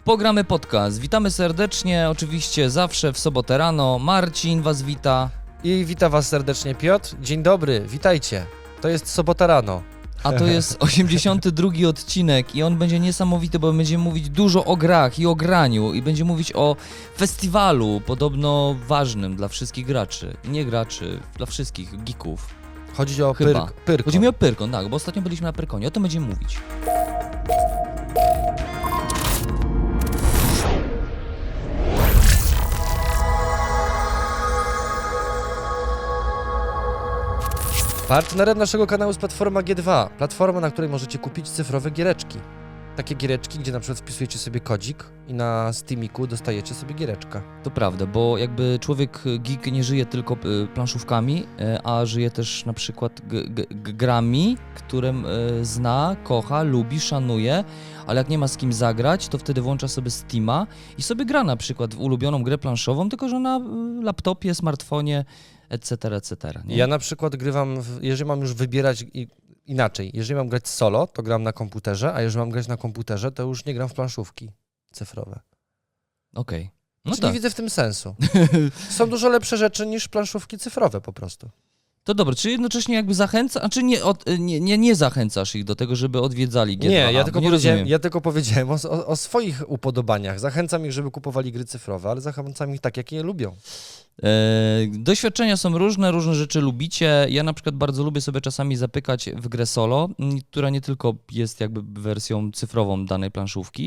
Pogramy podcast. Witamy serdecznie, oczywiście zawsze w sobotę rano. Marcin was wita. I wita was serdecznie Piotr. Dzień dobry, witajcie. To jest sobota rano. A to jest 82 odcinek i on będzie niesamowity, bo będziemy mówić dużo o grach i o graniu i będzie mówić o festiwalu, podobno ważnym dla wszystkich graczy. Nie graczy, dla wszystkich geeków. Chodzi o Chyba. Pyrkon. Chodzi mi o Pyrkon, tak, bo ostatnio byliśmy na Pyrkonie, o tym będziemy mówić. Partnerem naszego kanału jest platforma G2. Platforma, na której możecie kupić cyfrowe giereczki. Takie giereczki, gdzie na przykład wpisujecie sobie kodzik i na Steamiku dostajecie sobie giereczkę. To prawda, bo jakby człowiek geek nie żyje tylko planszówkami, a żyje też na przykład grami, które zna, kocha, lubi, szanuje, ale jak nie ma z kim zagrać, to wtedy włącza sobie Steama i sobie gra na przykład w ulubioną grę planszową, tylko że na laptopie, smartfonie, etc., etc. Nie? Ja na przykład grywam, jeżeli mam już wybierać inaczej, jeżeli mam grać solo, to gram na komputerze, a jeżeli mam grać na komputerze, to już nie gram w planszówki cyfrowe. Okej. No Czyli tak. nie widzę w tym sensu. Są dużo lepsze rzeczy niż planszówki cyfrowe po prostu. To dobrze, czy jednocześnie jakby zachęca, a czy nie zachęcasz ich do tego, żeby odwiedzali G2A? Nie, rozumiem. ja tylko powiedziałem o swoich upodobaniach. Zachęcam ich, żeby kupowali gry cyfrowe, ale zachęcam ich tak, jak je lubią. Doświadczenia są różne rzeczy lubicie. Ja na przykład bardzo lubię sobie czasami zapykać w grę solo, która nie tylko jest jakby wersją cyfrową danej planszówki,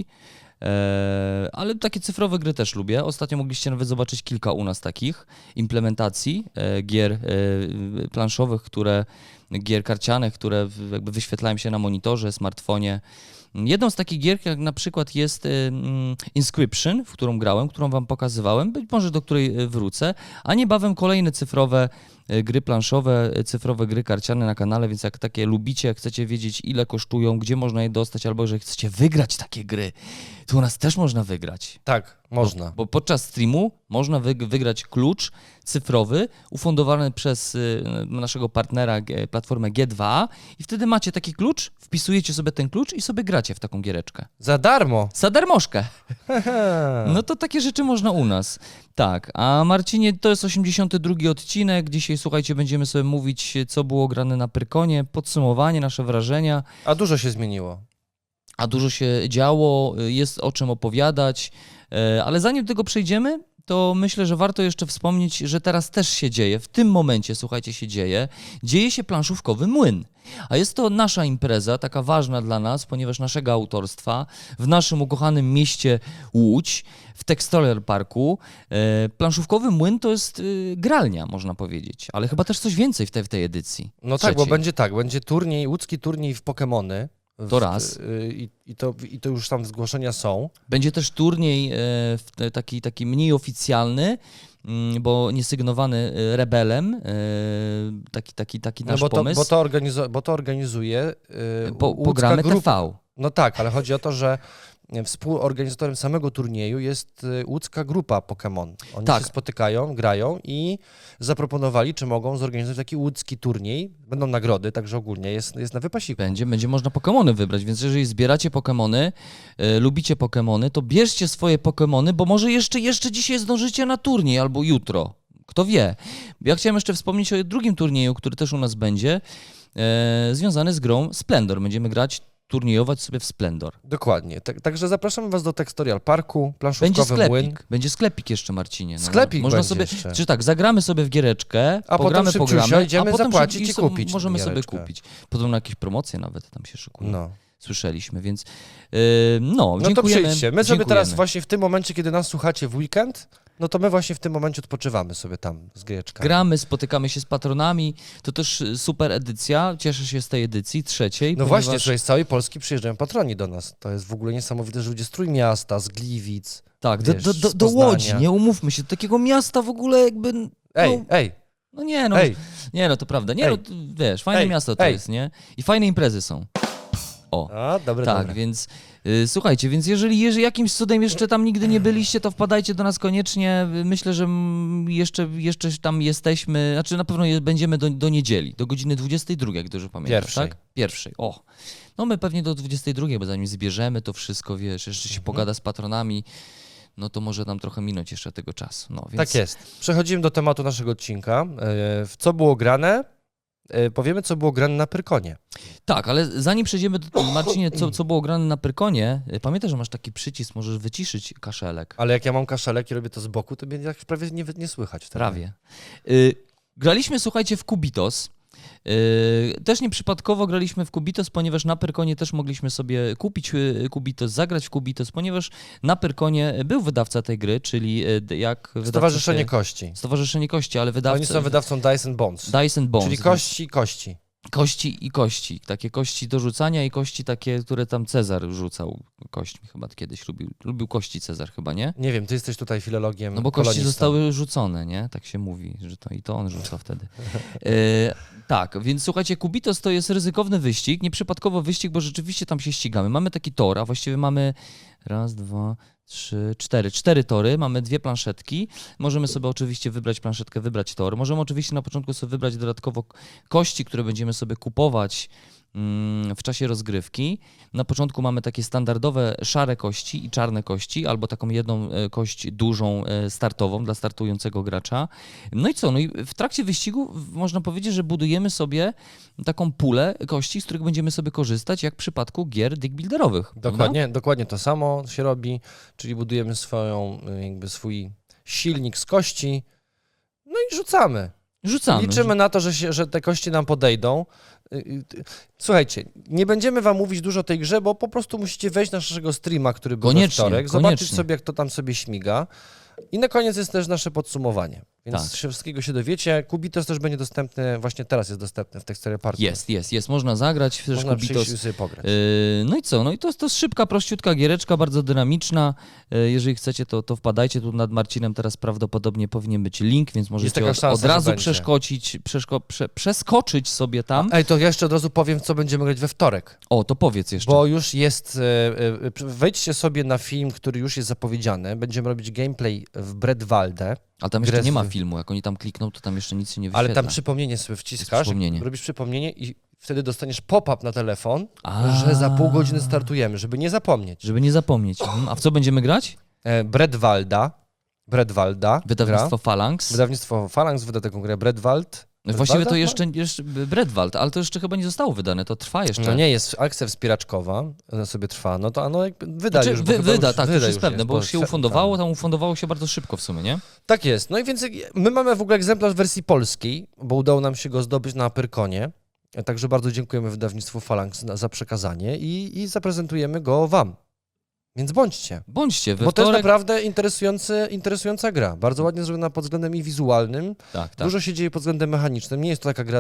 ale takie cyfrowe gry też lubię. Ostatnio mogliście nawet zobaczyć kilka u nas takich implementacji gier planszowych, gier karcianych, które jakby wyświetlają się na monitorze, smartfonie. Jedną z takich gier jak na przykład jest Inscription, w którą grałem, którą wam pokazywałem, być może do której wrócę, a niebawem kolejne cyfrowe gry planszowe, cyfrowe gry karciane na kanale, więc jak takie lubicie, jak chcecie wiedzieć ile kosztują, gdzie można je dostać, albo jeżeli chcecie wygrać takie gry, to u nas też można wygrać. Tak, można. Bo podczas streamu można wygrać klucz cyfrowy ufundowany przez naszego partnera platformę G2A i wtedy macie taki klucz, wpisujecie sobie ten klucz i sobie gracie w taką giereczkę. Za darmo! Za darmożkę. No to takie rzeczy można u nas. Tak, a Marcinie, to jest 82 odcinek. Dzisiaj, słuchajcie, będziemy sobie mówić, co było grane na Pyrkonie, podsumowanie, nasze wrażenia. A dużo się zmieniło. A dużo się działo, jest o czym opowiadać, ale zanim do tego przejdziemy, to myślę, że warto jeszcze wspomnieć, że teraz też się dzieje, w tym momencie, słuchajcie, dzieje się planszówkowy Młyn. A jest to nasza impreza, taka ważna dla nas, ponieważ naszego autorstwa, w naszym ukochanym mieście Łódź, w Textoler Parku. Planszówkowy Młyn to jest gralnia, można powiedzieć, ale chyba też coś więcej w tej edycji. No trzeciej. tak, bo będzie turniej, łódzki turniej w Pokemony. To raz. I to już tam zgłoszenia są. Będzie też turniej taki mniej oficjalny, bo niesygnowany Rebelem, taki nasz pomysł. Bo to organizuje Pogramy grupa. TV. No tak, ale chodzi o to, że współorganizatorem samego turnieju jest łódzka grupa Pokémon. Oni Tak. się spotykają, grają i zaproponowali, czy mogą zorganizować taki łódzki turniej. Będą nagrody, także ogólnie jest na wypasiku. Będzie można Pokemony wybrać, więc jeżeli zbieracie Pokemony, lubicie Pokemony, to bierzcie swoje Pokemony, bo może jeszcze dzisiaj zdążycie na turniej albo jutro. Kto wie. Ja chciałem jeszcze wspomnieć o drugim turnieju, który też u nas będzie, związany z grą Splendor. Będziemy turniejować sobie w Splendor. Dokładnie. Także zapraszamy was do Textorial Parku, planszówkowy Młyn. Będzie sklepik jeszcze, Marcinie. No, Sklepik można będzie sobie, jeszcze. Czy tak, zagramy sobie w giereczkę, A pogramy, potem szybciusio idziemy a potem zapłacić i kupić możemy sobie giereczkę. kupić. Podobno jakieś promocje nawet tam się szykują. No. Słyszeliśmy, więc No to dziękujemy. przyjdźcie. My sobie teraz właśnie w tym momencie, kiedy nas słuchacie w weekend, no to my właśnie w tym momencie odpoczywamy sobie tam z giereczkami. Gramy, spotykamy się z patronami, to też super edycja, cieszę się z tej edycji, trzeciej. No ponieważ... właśnie, że z całej Polski przyjeżdżają patroni do nas. To jest w ogóle niesamowite, że ludzie z Trójmiasta, z Gliwic. Tak, wiesz, do Łodzi, nie umówmy się, do takiego miasta w ogóle jakby... Ej. No nie, no to prawda. Nie, Ej. no wiesz, fajne miasto to Ej. jest, nie? I fajne imprezy są. O. A, dobre, Tak, dobre. więc słuchajcie, więc jeżeli jakimś cudem jeszcze tam nigdy nie byliście, to wpadajcie do nas koniecznie. Myślę, że jeszcze tam jesteśmy, znaczy na pewno będziemy do niedzieli, do godziny 22, jak dobrze pamiętam, Pierwszej. tak? Pierwszej, o. No my pewnie do 22, bo zanim zbierzemy to wszystko, wiesz, jeszcze się pogada z patronami, no to może nam trochę minąć jeszcze tego czasu. No, więc... Tak jest. Przechodzimy do tematu naszego odcinka. W co było grane? Powiemy, co było grane na Pyrkonie. Tak, ale zanim przejdziemy do Marcinie, co było grane na Pyrkonie, pamiętaj, że masz taki przycisk, możesz wyciszyć kaszelek. Ale jak ja mam kaszelek i robię to z boku, to mnie jak prawie nie słychać wtedy. Prawie. Graliśmy, słuchajcie, w Kubitos. Też nieprzypadkowo graliśmy w Kubitos, ponieważ na Pyrkonie też mogliśmy sobie kupić Kubitos, zagrać w Kubitos, ponieważ na Pyrkonie był wydawca tej gry, czyli jak wydawca Stowarzyszenie Kości. Stowarzyszenie Kości, ale wydawca... Oni są wydawcą Dice and Bones. Dice and Bones. Czyli kości. Kości i kości. Takie kości do rzucania i kości takie, które tam Cezar rzucał kośćmi chyba kiedyś. Lubił kości Cezar chyba, nie? Nie wiem, ty jesteś tutaj filologiem. No bo kości kolonistą. zostały rzucone, nie? Tak się mówi, że to on rzuca wtedy. Tak, więc słuchajcie, Kubitos to jest ryzykowny wyścig, nieprzypadkowo wyścig, bo rzeczywiście tam się ścigamy. Mamy taki tor, a właściwie mamy raz, dwa, trzy, cztery tory, mamy 2 planszetki. Możemy sobie oczywiście wybrać planszetkę, wybrać tor. Możemy oczywiście na początku sobie wybrać dodatkowo kości, które będziemy sobie kupować w czasie rozgrywki. Na początku mamy takie standardowe szare kości i czarne kości, albo taką jedną kość dużą startową dla startującego gracza. No i co? No i w trakcie wyścigu można powiedzieć, że budujemy sobie taką pulę kości, z których będziemy sobie korzystać, jak w przypadku gier deckbuilderowych. Dokładnie to samo się robi, czyli budujemy swój silnik z kości, no i rzucamy. Liczymy na to, że te kości nam podejdą. Słuchajcie, nie będziemy wam mówić dużo o tej grze, bo po prostu musicie wejść na naszego streama, który był we wtorek, zobaczyć sobie, jak to tam sobie śmiga. I na koniec jest też nasze podsumowanie. Więc Tak. wszystkiego się dowiecie. Kubitos też będzie dostępny, właśnie teraz jest dostępny w Texture Party. Jest. Można zagrać. Też Można Kubitos. przyjść i sobie pograć. No i co? No i to jest szybka, prościutka giereczka, bardzo dynamiczna. Jeżeli chcecie, to wpadajcie. Tu nad Marcinem teraz prawdopodobnie powinien być link, więc możecie taka szansa, od razu że będzie. przeskoczyć sobie tam. Ej, to ja jeszcze od razu powiem, w co będziemy grać we wtorek. O, to powiedz jeszcze. Bo już jest, wejdźcie sobie na film, który już jest zapowiedziany. Będziemy robić gameplay w Bredwalde. Ale tam jeszcze nie ma filmu. Jak oni tam klikną, to tam jeszcze nic się nie wyświetla. Ale tam przypomnienie sobie wciskasz, robisz przypomnienie i wtedy dostaniesz pop-up na telefon, że za pół godziny startujemy, żeby nie zapomnieć. Żeby nie zapomnieć. A w co będziemy grać? Bredwalda. Wydawnictwo Phalanx. Wydawnictwo Phalanx wyda taką grę Bredwald. Właściwie to jeszcze Bredwald, ale to jeszcze chyba nie zostało wydane, to trwa jeszcze. No nie, jest akcja wspieraczkowa, ona sobie trwa, no to ono wyda już. To już jest pewne, bo już się ufundowało, tam ufundowało się bardzo szybko w sumie, nie? Tak jest, no i więc my mamy w ogóle egzemplarz w wersji polskiej, bo udało nam się go zdobyć na Pyrkonie, także bardzo dziękujemy wydawnictwu Phalanx za przekazanie i zaprezentujemy go wam. Więc bądźcie. Bo to jest naprawdę interesująca gra. Bardzo ładnie zrobiona pod względem i wizualnym. Tak. Dużo się dzieje pod względem mechanicznym. Nie jest to taka gra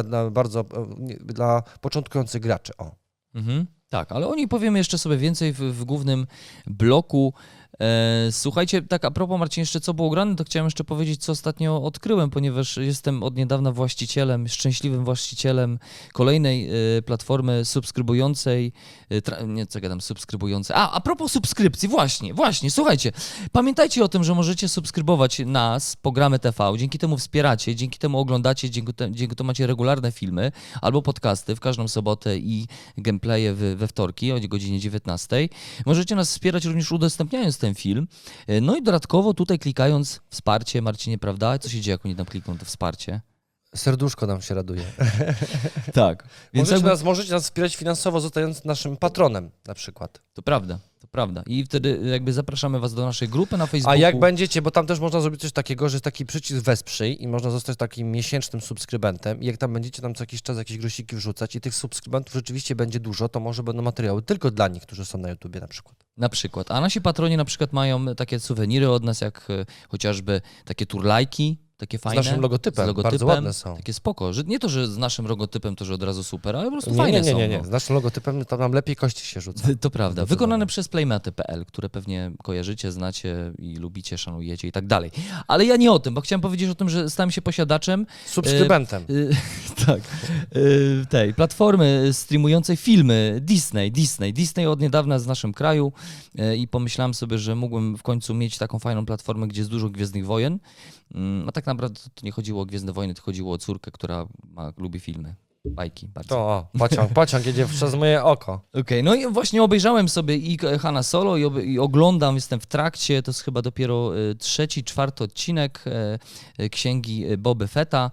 dla początkujących graczy. Tak, ale o niej powiemy jeszcze sobie więcej w głównym bloku. Słuchajcie, tak a propos Marcin, jeszcze co było grane, to chciałem jeszcze powiedzieć, co ostatnio odkryłem, ponieważ jestem od niedawna szczęśliwym właścicielem kolejnej platformy subskrybującej, subskrybującej. A propos subskrypcji, właśnie, słuchajcie, pamiętajcie o tym, że możecie subskrybować nas, Pogramy TV, dzięki temu wspieracie, dzięki temu oglądacie, dzięki temu macie regularne filmy albo podcasty w każdą sobotę i gameplaye we wtorki o godzinie 19. Możecie nas wspierać również udostępniając ten film. No i dodatkowo tutaj klikając wsparcie, Marcinie, prawda? Co się dzieje, jak oni tam klikną to wsparcie? Serduszko nam się raduje. Tak. Więc możecie nas wspierać finansowo, zostając naszym patronem na przykład. To prawda. I wtedy jakby zapraszamy was do naszej grupy na Facebooku. A jak będziecie, bo tam też można zrobić coś takiego, że jest taki przycisk wesprzyj i można zostać takim miesięcznym subskrybentem i jak tam będziecie tam co jakiś czas jakieś grosiki wrzucać i tych subskrybentów rzeczywiście będzie dużo, to może będą materiały tylko dla nich, którzy są na YouTubie na przykład. A nasi patroni na przykład mają takie suweniry od nas, jak chociażby takie turlajki, takie fajne. Z naszym logotypem, bardzo ładne są. Takie spoko, że nie to, że z naszym logotypem to, że od razu super, ale po prostu fajne są. Nie, z naszym logotypem to nam lepiej kości się rzuca. To prawda. Wykonane przez Playmaty.pl, które pewnie kojarzycie, znacie i lubicie, szanujecie i tak dalej. Ale ja nie o tym, bo chciałem powiedzieć o tym, że stałem się posiadaczem. Subskrybentem. Tak. Tej platformy streamującej filmy Disney od niedawna jest w naszym kraju i pomyślałem sobie, że mógłbym w końcu mieć taką fajną platformę, gdzie jest dużo Gwiezdnych Wojen. A tak naprawdę to nie chodziło o Gwiezdne Wojny, to chodziło o córkę, która lubi filmy. Bajki bardzo. To pociąg jedzie przez moje oko. Okej, no i właśnie obejrzałem sobie i Hanna Solo i oglądam, jestem w trakcie, to jest chyba dopiero 3., 4. odcinek księgi Boby Fetta.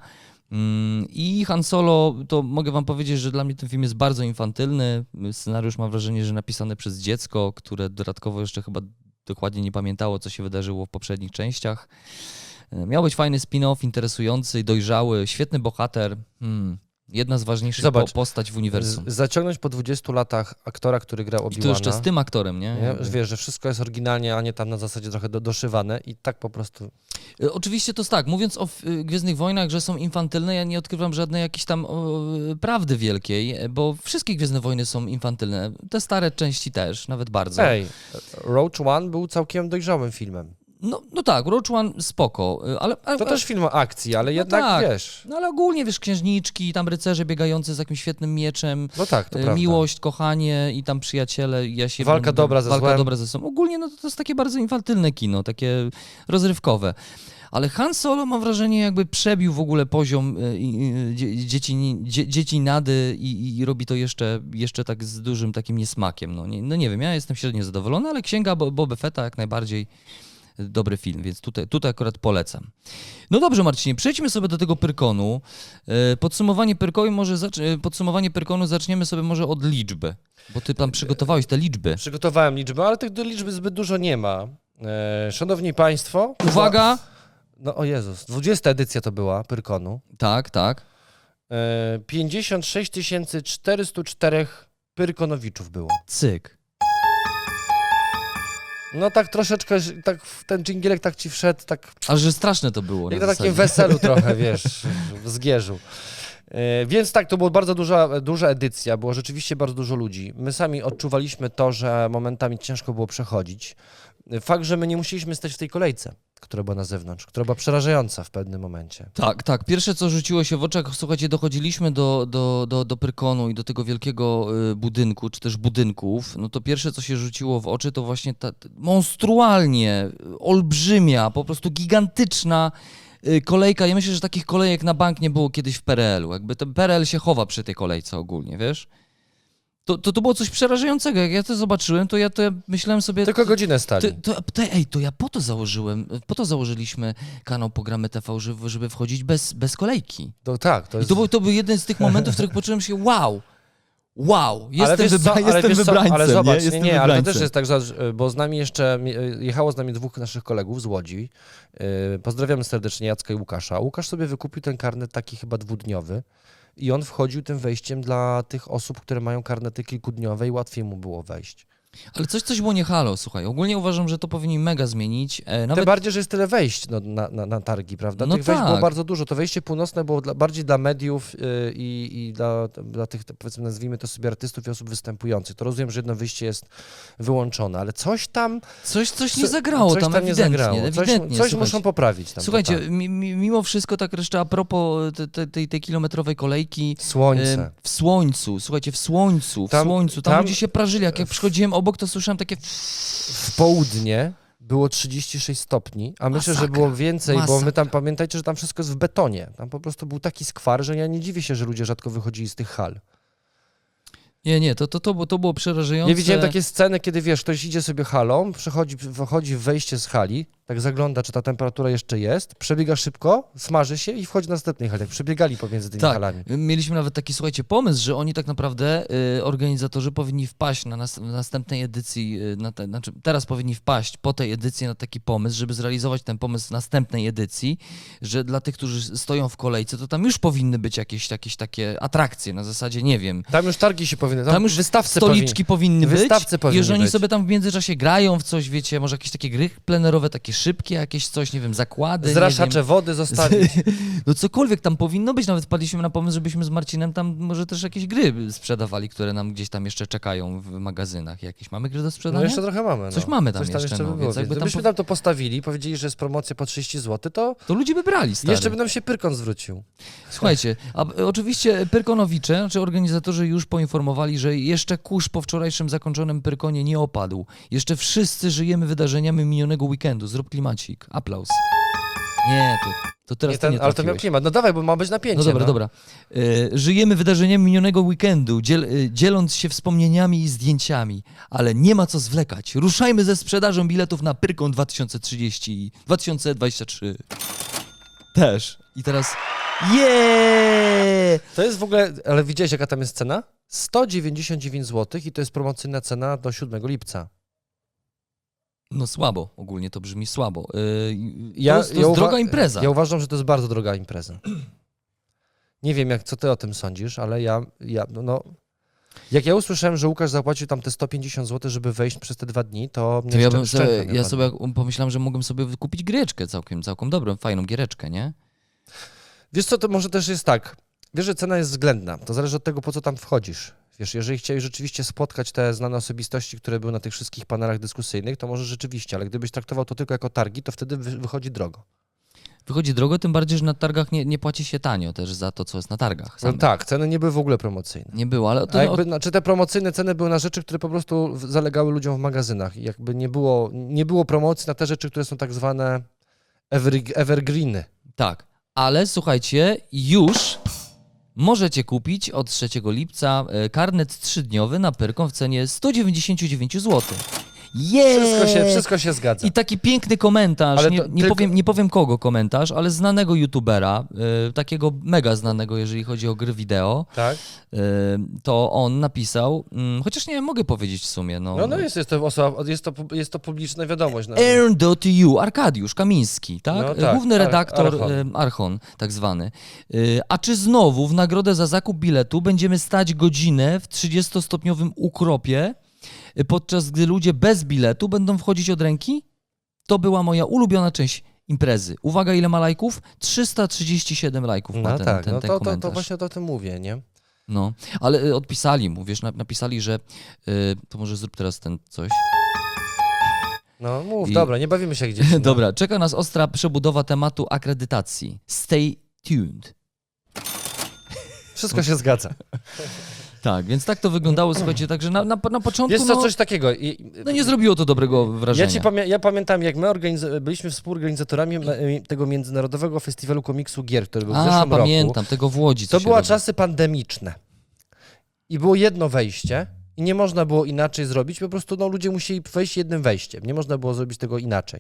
I Han Solo, to mogę wam powiedzieć, że dla mnie ten film jest bardzo infantylny. Scenariusz mam wrażenie, że napisany przez dziecko, które dodatkowo jeszcze chyba dokładnie nie pamiętało, co się wydarzyło w poprzednich częściach. Miał być fajny spin-off, interesujący, dojrzały, świetny bohater. Jedna z ważniejszych postać w uniwersum. Zaciągnąć po 20 latach aktora, który grał Obi-Wana. I to jeszcze z tym aktorem, nie? Wiesz, że wszystko jest oryginalnie, a nie tam na zasadzie trochę doszywane i tak po prostu... Oczywiście to jest tak, mówiąc o Gwiezdnych Wojnach, że są infantylne, ja nie odkrywam żadnej jakiejś tam prawdy wielkiej, bo wszystkie Gwiezdne Wojny są infantylne. Te stare części też, nawet bardzo. Rogue One był całkiem dojrzałym filmem. No tak, Rogue One spoko, ale to też film o akcji, ale jednak tak, wiesz... No ale ogólnie, wiesz, księżniczki, tam rycerze biegający z jakimś świetnym mieczem, no tak, to prawda. Miłość, kochanie i tam przyjaciele, walka dobra ze sobą. Ogólnie no to jest takie bardzo infantylne kino, takie rozrywkowe. Ale Han Solo, mam wrażenie, jakby przebił w ogóle poziom dzieci Nady i robi to jeszcze tak z dużym takim niesmakiem. No nie wiem, ja jestem średnio zadowolony, ale Księga Boby Fetta jak najbardziej dobry film, więc tutaj akurat polecam. No dobrze, Marcinie, przejdźmy sobie do tego Pyrkonu. Podsumowanie Pyrkonu zaczniemy sobie może od liczby, bo ty tam przygotowałeś te liczby. Przygotowałem liczby, ale tych liczby zbyt dużo nie ma. Szanowni Państwo... Uwaga! No o Jezus, 20. edycja to była Pyrkonu. Tak. 56 404 Pyrkonowiczów było. Cyk. No tak troszeczkę, tak ten dżingielek tak ci wszedł, tak... Aż że straszne to było. Jak na takim weselu trochę, wiesz, w Zgierzu. Więc tak, to była bardzo duża edycja, było rzeczywiście bardzo dużo ludzi. My sami odczuwaliśmy to, że momentami ciężko było przechodzić. Fakt, że my nie musieliśmy stać w tej kolejce, która była na zewnątrz, która była przerażająca w pewnym momencie. Tak. Pierwsze, co rzuciło się w oczach, słuchajcie, dochodziliśmy do Pyrkonu i do tego wielkiego budynku, czy też budynków, no to pierwsze, co się rzuciło w oczy, to właśnie ta monstrualnie olbrzymia, po prostu gigantyczna kolejka. Ja myślę, że takich kolejek na bank nie było kiedyś w PRL-u. Jakby ten PRL się chowa przy tej kolejce ogólnie, wiesz? To było coś przerażającego. Jak ja to zobaczyłem, to ja myślałem sobie... Tylko godzinę stali. To ja po to założyliśmy kanał Pogramy TV, żeby wchodzić bez kolejki. To był jeden z tych momentów, w których poczułem się wow, jestem wybrańcem. Ale zobacz, ale to też jest tak, bo z nami jechało z nami 2 naszych kolegów z Łodzi. Pozdrawiamy serdecznie Jacka i Łukasza. Łukasz sobie wykupił ten karnet taki chyba 2-dniowy. I on wchodził tym wejściem dla tych osób, które mają karnety kilkudniowe i łatwiej mu było wejść. Ale coś było nie halo, słuchaj. Ogólnie uważam, że to powinni mega zmienić. Tym bardziej, że jest tyle wejść na targi, prawda? Tych wejść było bardzo dużo. To wejście północne było bardziej dla mediów i dla tych, powiedzmy, nazwijmy to sobie artystów i osób występujących. To rozumiem, że jedno wyjście jest wyłączone, ale coś tam... Coś nie zagrało tam ewidentnie. Coś muszą poprawić tam. Słuchajcie, mimo wszystko tak jeszcze a propos tej kilometrowej kolejki... Słońce. W słońcu, słuchajcie, w słońcu. Tam ludzie się prażyli. Jak przychodziłem obok, to słyszałem takie... W południe było 36 stopni, a myślę, że było więcej, bo my tam, pamiętajcie, że tam wszystko jest w betonie. Tam po prostu był taki skwar, że ja nie dziwię się, że ludzie rzadko wychodzili z tych hal. Nie, to było przerażające. Ja widziałem takie sceny, kiedy wiesz, ktoś idzie sobie halą, wchodzi w wejście z hali, tak zagląda, czy ta temperatura jeszcze jest, przebiega szybko, smaży się i wchodzi do następnej hali. Przebiegali pomiędzy tymi halami. Mieliśmy nawet taki, słuchajcie, pomysł, że oni tak naprawdę, organizatorzy powinni wpaść na następnej edycji, teraz powinni wpaść po tej edycji na taki pomysł, żeby zrealizować ten pomysł w następnej edycji, że dla tych, którzy stoją w kolejce, to tam już powinny być jakieś takie atrakcje na zasadzie, nie wiem. Tam już targi się powinny powinny. Tam już wystawcy stoliczki powinny być. Wystawcy Jeżeli oni być. sobie tam w międzyczasie grają w coś, wiecie, może jakieś takie gry plenerowe, takie szybkie, jakieś coś, nie wiem, zakłady. Zraszacze wody zostawić. No cokolwiek tam powinno być. Nawet wpadliśmy na pomysł, żebyśmy z Marcinem tam może też jakieś gry sprzedawali, które nam gdzieś tam jeszcze czekają w magazynach. Jakieś mamy gry do sprzedania? No jeszcze trochę mamy. Coś mamy tam Coś tam jeszcze, by no, było. więc jakby tam Gdybyśmy tam to postawili, powiedzieli, że jest promocja po 30 zł, to ludzie by brali, stary. jeszcze by nam się Pyrkon zwrócił. Słuchajcie, oczywiście Pyrkonowicze, czy organizatorzy już poinformowali, że jeszcze kurz po wczorajszym zakończonym Pyrkonie nie opadł. Jeszcze wszyscy żyjemy wydarzeniami minionego weekendu. Zrób klimacik. Aplauz. Nie, to teraz ty nie ale to miał trafiłeś. klimat. No dawaj, bo ma być napięcie. No dobra, dobra. Żyjemy wydarzeniami minionego weekendu, dzieląc się wspomnieniami i zdjęciami, ale nie ma co zwlekać. Ruszajmy ze sprzedażą biletów na Pyrkon 2030 i 2023. Też. I teraz... To jest w ogóle, ale widziałeś jaka tam jest cena? 199 zł i to jest promocyjna cena do 7 lipca. No słabo, ogólnie to brzmi słabo. To jest droga impreza. Ja uważam, że to jest bardzo droga impreza. Nie wiem, co ty o tym sądzisz, ale jak ja usłyszałem, że Łukasz zapłacił tam te 150 zł, żeby wejść przez te 2 dni, to mnie ja sobie pomyślałem, że mogłem sobie kupić giereczkę całkiem dobrą, fajną giereczkę, nie? Wiesz co, to może też jest tak, wiesz, że cena jest względna, to zależy od tego, po co tam wchodzisz. Wiesz, jeżeli chciałeś rzeczywiście spotkać te znane osobistości, które były na tych wszystkich panelach dyskusyjnych, to może rzeczywiście, ale gdybyś traktował to tylko jako targi, to wtedy wychodzi drogo. Wychodzi drogo, tym bardziej, że na targach nie płaci się tanio też za to, co jest na targach. No tak, ceny nie były w ogóle promocyjne. Nie było, ale... Znaczy te promocyjne ceny były na rzeczy, które po prostu zalegały ludziom w magazynach. I jakby nie było promocji na te rzeczy, które są tak zwane evergreeny. Tak, ale słuchajcie, już możecie kupić od 3 lipca karnet 3-dniowy na Pyrkon w cenie 199 zł. Wszystko się zgadza. I taki piękny komentarz, ale nie powiem kogo komentarz, ale znanego youtubera, takiego mega znanego, jeżeli chodzi o gry wideo, tak? To on napisał, chociaż nie mogę powiedzieć w sumie. Jest to publiczna wiadomość. No. Earn.you, Arkadiusz Kamiński, tak? No tak, Główny redaktor Archon, tak zwany. A czy znowu w nagrodę za zakup biletu będziemy stać godzinę w 30-stopniowym ukropie, podczas gdy ludzie bez biletu będą wchodzić od ręki? To była moja ulubiona część imprezy. Uwaga, ile ma lajków? 337 lajków ma ten komentarz. To właśnie o tym mówię, nie? No, ale odpisali mu, wiesz, napisali, że to może zrób teraz ten coś. No mów, dobra, nie bawimy się gdzieś. No. Dobra, czeka nas ostra przebudowa tematu akredytacji. Stay tuned. Wszystko się zgadza. Tak, więc tak to wyglądało, słuchajcie, także na początku... Jest to coś takiego. No nie zrobiło to dobrego wrażenia. Ja pamiętam, jak my byliśmy współorganizatorami tego Międzynarodowego Festiwalu Komiksu Gier, który był w zeszłym roku. Pamiętam, tego w Łodzi. To były czasy pandemiczne. I było jedno wejście i nie można było inaczej zrobić, po prostu ludzie musieli wejść jednym wejściem. Nie można było zrobić tego inaczej.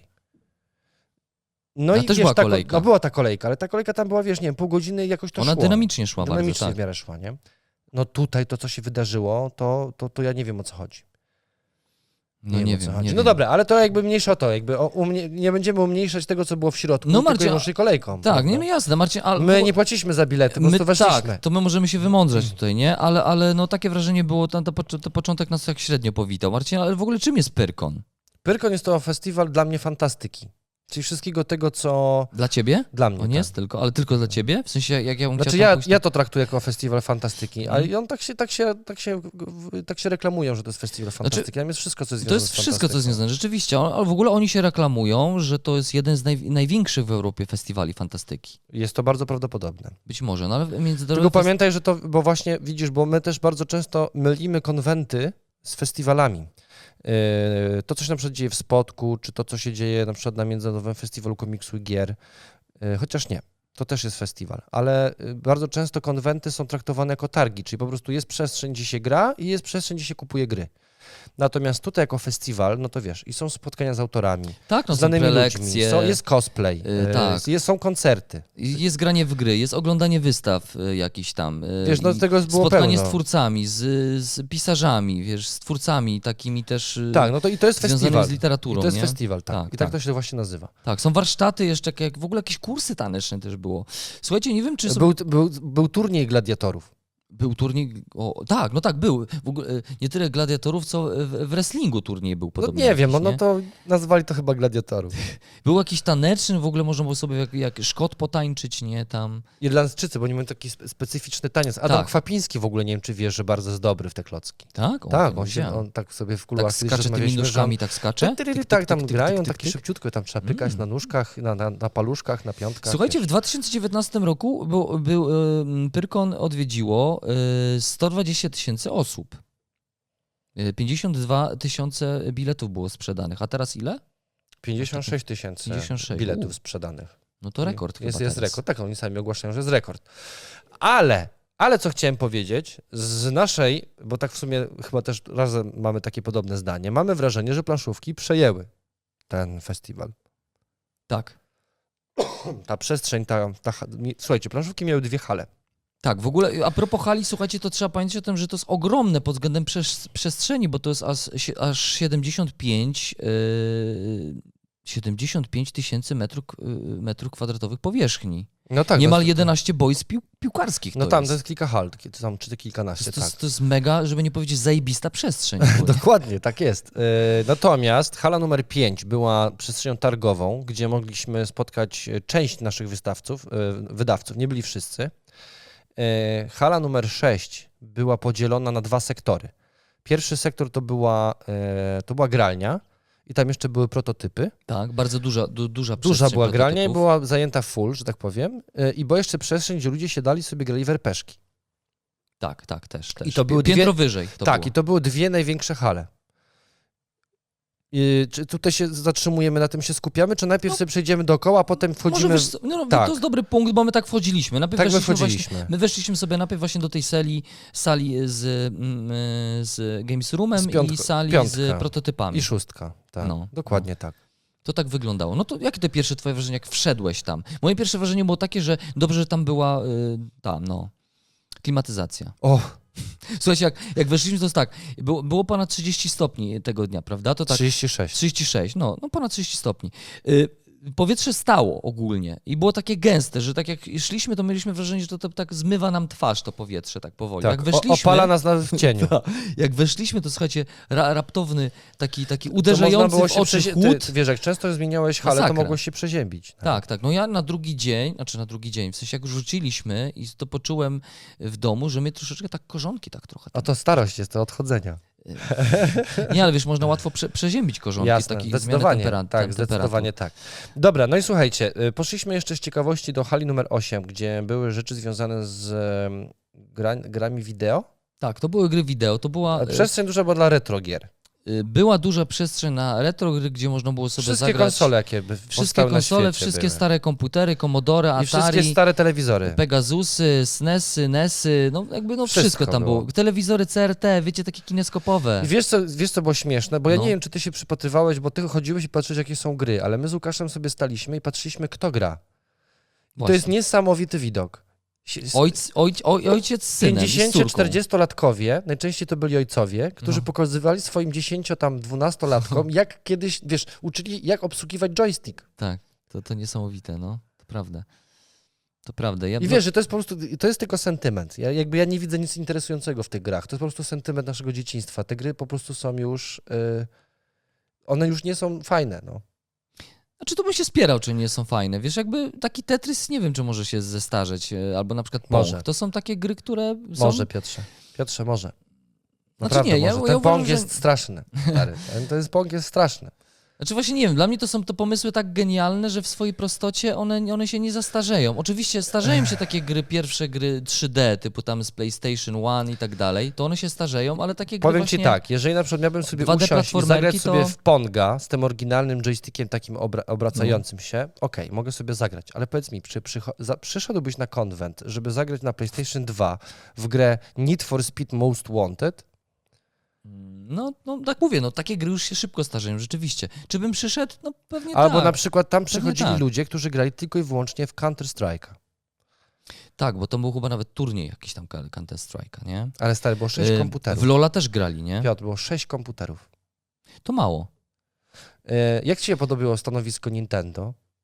No i też była kolejka. No była ta kolejka, ale ta kolejka tam była, wiesz, nie wiem, pół godziny i jakoś to szło. Ona dynamicznie szła dynamicznie bardzo, tak. w miarę szła, nie? No tutaj to, co się wydarzyło, to ja nie wiem, o co chodzi. Nie wiem. No dobra, ale to jakby mniejsza o to, nie będziemy umniejszać tego, co było w środku, no, tylko i wyłącznie kolejką. Tak, no jasne, Marcin, ale... My nie płaciliśmy za bilety, po prostu weszliśmy. Tak, to my możemy się wymądrzeć tutaj, nie? Ale no takie wrażenie było, to początek nas tak średnio powitał. Marcin, ale w ogóle czym jest Pyrkon? Pyrkon jest to festiwal dla mnie fantastyki. Czyli wszystkiego tego, co... Dla ciebie? Dla mnie, on tak. jest tylko, ale tylko dla ciebie? W sensie, jak ja bym Znaczy ja to traktuję jako festiwal fantastyki, ale on tak się reklamują, że to jest festiwal fantastyki. Tam jest wszystko, co jest związane z fantastyką. To jest wszystko, co jest związane, rzeczywiście. Ale w ogóle oni się reklamują, że to jest jeden z największych w Europie festiwali fantastyki. Jest to bardzo prawdopodobne. Być może, no ale międzynarodowy... Tylko pamiętaj, że to, bo właśnie widzisz, bo my też bardzo często mylimy konwenty z festiwalami. To, co się na przykład dzieje w Spodku, czy to, co się dzieje na przykład na Międzynarodowym Festiwalu Komiksu i Gier, chociaż nie, to też jest festiwal, ale bardzo często konwenty są traktowane jako targi, czyli po prostu jest przestrzeń, gdzie się gra i jest przestrzeń, gdzie się kupuje gry. Natomiast tutaj jako festiwal, no to wiesz, i są spotkania z autorami, tak, no z danymi są prelekcje, ludźmi, jest cosplay, tak. są koncerty. Jest granie w gry, jest oglądanie wystaw jakichś tam. Wiesz, no tego było spotkanie pełno. z twórcami, z pisarzami, wiesz, z twórcami takimi też tak, no to jest festiwal. Z literaturą, I to jest nie? festiwal, tak. I tak to się właśnie nazywa. Tak, są warsztaty jeszcze, w ogóle jakieś kursy taneczne też było. Słuchajcie, nie wiem, czy... Był turniej gladiatorów. Był turniej, tak, no tak, był. W ogóle, nie tyle gladiatorów, co w wrestlingu turniej był podobny. No nie wiem, jakiś, no to nazwali to chyba gladiatorów. Był jakiś taneczny, w ogóle można było sobie jak Szkot potańczyć, nie, tam. Irlandczycy, bo oni mają taki specyficzny taniec. Adam Kwapiński w ogóle, nie wiem czy wiesz, że bardzo jest dobry w te klocki. Tak? Tak, on tak sobie w kuluarach tak skacze tymi nóżkami, tak skacze? Tak, tam grają, taki szybciutko, tam trzeba pykać na nóżkach, na paluszkach, na piątkach. Słuchajcie, w 2019 roku Pyrkon odwiedziło 120 000 osób. 52 000 biletów było sprzedanych. A teraz ile? 56 000 biletów sprzedanych. No to rekord chyba Jest rekord, tak, oni sami ogłaszają, że jest rekord. Ale co chciałem powiedzieć, z naszej, bo tak w sumie chyba też razem mamy takie podobne zdanie, mamy wrażenie, że planszówki przejęły ten festiwal. Tak. Ta przestrzeń, słuchajcie, planszówki miały 2 hale. Tak, w ogóle a propos hali, słuchajcie, to trzeba pamiętać o tym, że to jest ogromne pod względem przestrzeni, bo to jest aż 75 000 metrów kwadratowych powierzchni. No tak, Niemal 11 boisk piłkarskich. No tam to jest kilka hal, czy kilkanaście. To jest mega, żeby nie powiedzieć zajebista przestrzeń. Dokładnie, tak jest. Natomiast hala numer 5 była przestrzenią targową, gdzie mogliśmy spotkać część naszych wydawców, nie byli wszyscy. Hala numer 6 była podzielona na 2 sektory. Pierwszy sektor to była gralnia i tam jeszcze były prototypy. Tak, bardzo duża przestrzeń. Duża była gralnia i była zajęta full, że tak powiem. I była jeszcze przestrzeń, gdzie ludzie siadali sobie, grali w RPG. Tak, też. I to były piętro wyżej. I to były 2 największe hale. Czy tutaj się zatrzymujemy, na tym się skupiamy, czy najpierw sobie przejdziemy dookoła, a potem wchodzimy... To jest dobry punkt, bo my tak wchodziliśmy. Najpierw my weszliśmy sobie najpierw właśnie do tej sali z Games Roomem i sali z prototypami. I 6, tak. Dokładnie tak. To tak wyglądało. No to jakie te pierwsze twoje wrażenie, jak wszedłeś tam? Moje pierwsze wrażenie było takie, że dobrze, że tam była klimatyzacja. Słuchajcie, jak weszliśmy, to jest tak, było ponad 30 stopni tego dnia, prawda? To tak, 36. 36, no ponad 30 stopni. Powietrze stało ogólnie i było takie gęste, że tak jak szliśmy, to mieliśmy wrażenie, że to tak zmywa nam twarz to powietrze tak powoli. Tak, jak weszliśmy, opala nas nawet w cieniu. Jak weszliśmy, to słuchajcie, raptowny, taki uderzający w oczy chłód. Wiesz, jak często zmieniałeś halę, to mogłeś się przeziębić. Tak. No ja na drugi dzień, w sensie jak już rzuciliśmy i to poczułem w domu, że mnie troszeczkę tak korzonki tak trochę. A to starość jest, to odchodzenia. Nie, ale wiesz, można łatwo przeziębić korzonki z takich zmian temperatur. Tak, zdecydowanie tak. Dobra, no i słuchajcie, poszliśmy jeszcze z ciekawości do hali numer 8, gdzie były rzeczy związane z grami wideo. Tak, to były gry wideo, to była... Przestrzeń duża była dla retro gier. Była duża przestrzeń na retro gry, gdzie można było sobie wszystkie zagrać... Konsole, jakie wszystkie konsole, wszystkie były. stare komputery, Commodore, Atari... I wszystkie stare telewizory. Pegasusy, SNESy, NESy, wszystko tam było. Telewizory CRT, wiecie, takie kineskopowe. I wiesz co było śmieszne? Bo ja nie wiem, czy ty się przypatrywałeś, bo ty chodziłeś i patrzyłeś, jakie są gry, ale my z Łukaszem sobie staliśmy i patrzyliśmy, kto gra. I to jest niesamowity widok. Ojciec z synem, 50-40-latkowie, najczęściej to byli ojcowie, którzy pokazywali swoim 10-12-latkom, jak kiedyś, wiesz, uczyli, jak obsługiwać joystick. Tak, to niesamowite, to prawda. To prawda. I wiesz, że to jest po prostu, to jest tylko sentyment. Ja nie widzę nic interesującego w tych grach. To jest po prostu sentyment naszego dzieciństwa. Te gry po prostu są już, one już nie są fajne, Znaczy, to bym się spierał, czy nie są fajne. Wiesz, jakby taki Tetris, nie wiem, czy może się zestarzeć, albo na przykład Pong. Może. To są takie gry, które są... Może, Piotrze, może. Naprawdę znaczy nie, może. Ten Pong jest straszny. Ten Pong jest straszny. Znaczy właśnie nie wiem, dla mnie to są pomysły tak genialne, że w swojej prostocie one się nie zastarzeją. Oczywiście starzeją się takie pierwsze gry 3D, typu tam z PlayStation 1 i tak dalej, to one się starzeją, ale takie gry Powiem ci tak, jeżeli na przykład miałbym sobie usiąść i zagrać sobie w Ponga z tym oryginalnym joystickiem takim obracającym się, okej, mogę sobie zagrać, ale powiedz mi, czy przyszedłbyś na konwent, żeby zagrać na PlayStation 2 w grę Need for Speed Most Wanted? No tak mówię, takie gry już się szybko starzeją, rzeczywiście. Czy bym przyszedł? No pewnie Albo na przykład tam przychodzili ludzie, którzy grali tylko i wyłącznie w Counter-Strike'a. Tak, bo to był chyba nawet turniej jakiś tam Counter-Strike'a, nie? Ale stary, było 6 komputerów. W LoL'a też grali, nie? Piotr, było 6 komputerów. To mało. Jak ci się podobało stanowisko Nintendo?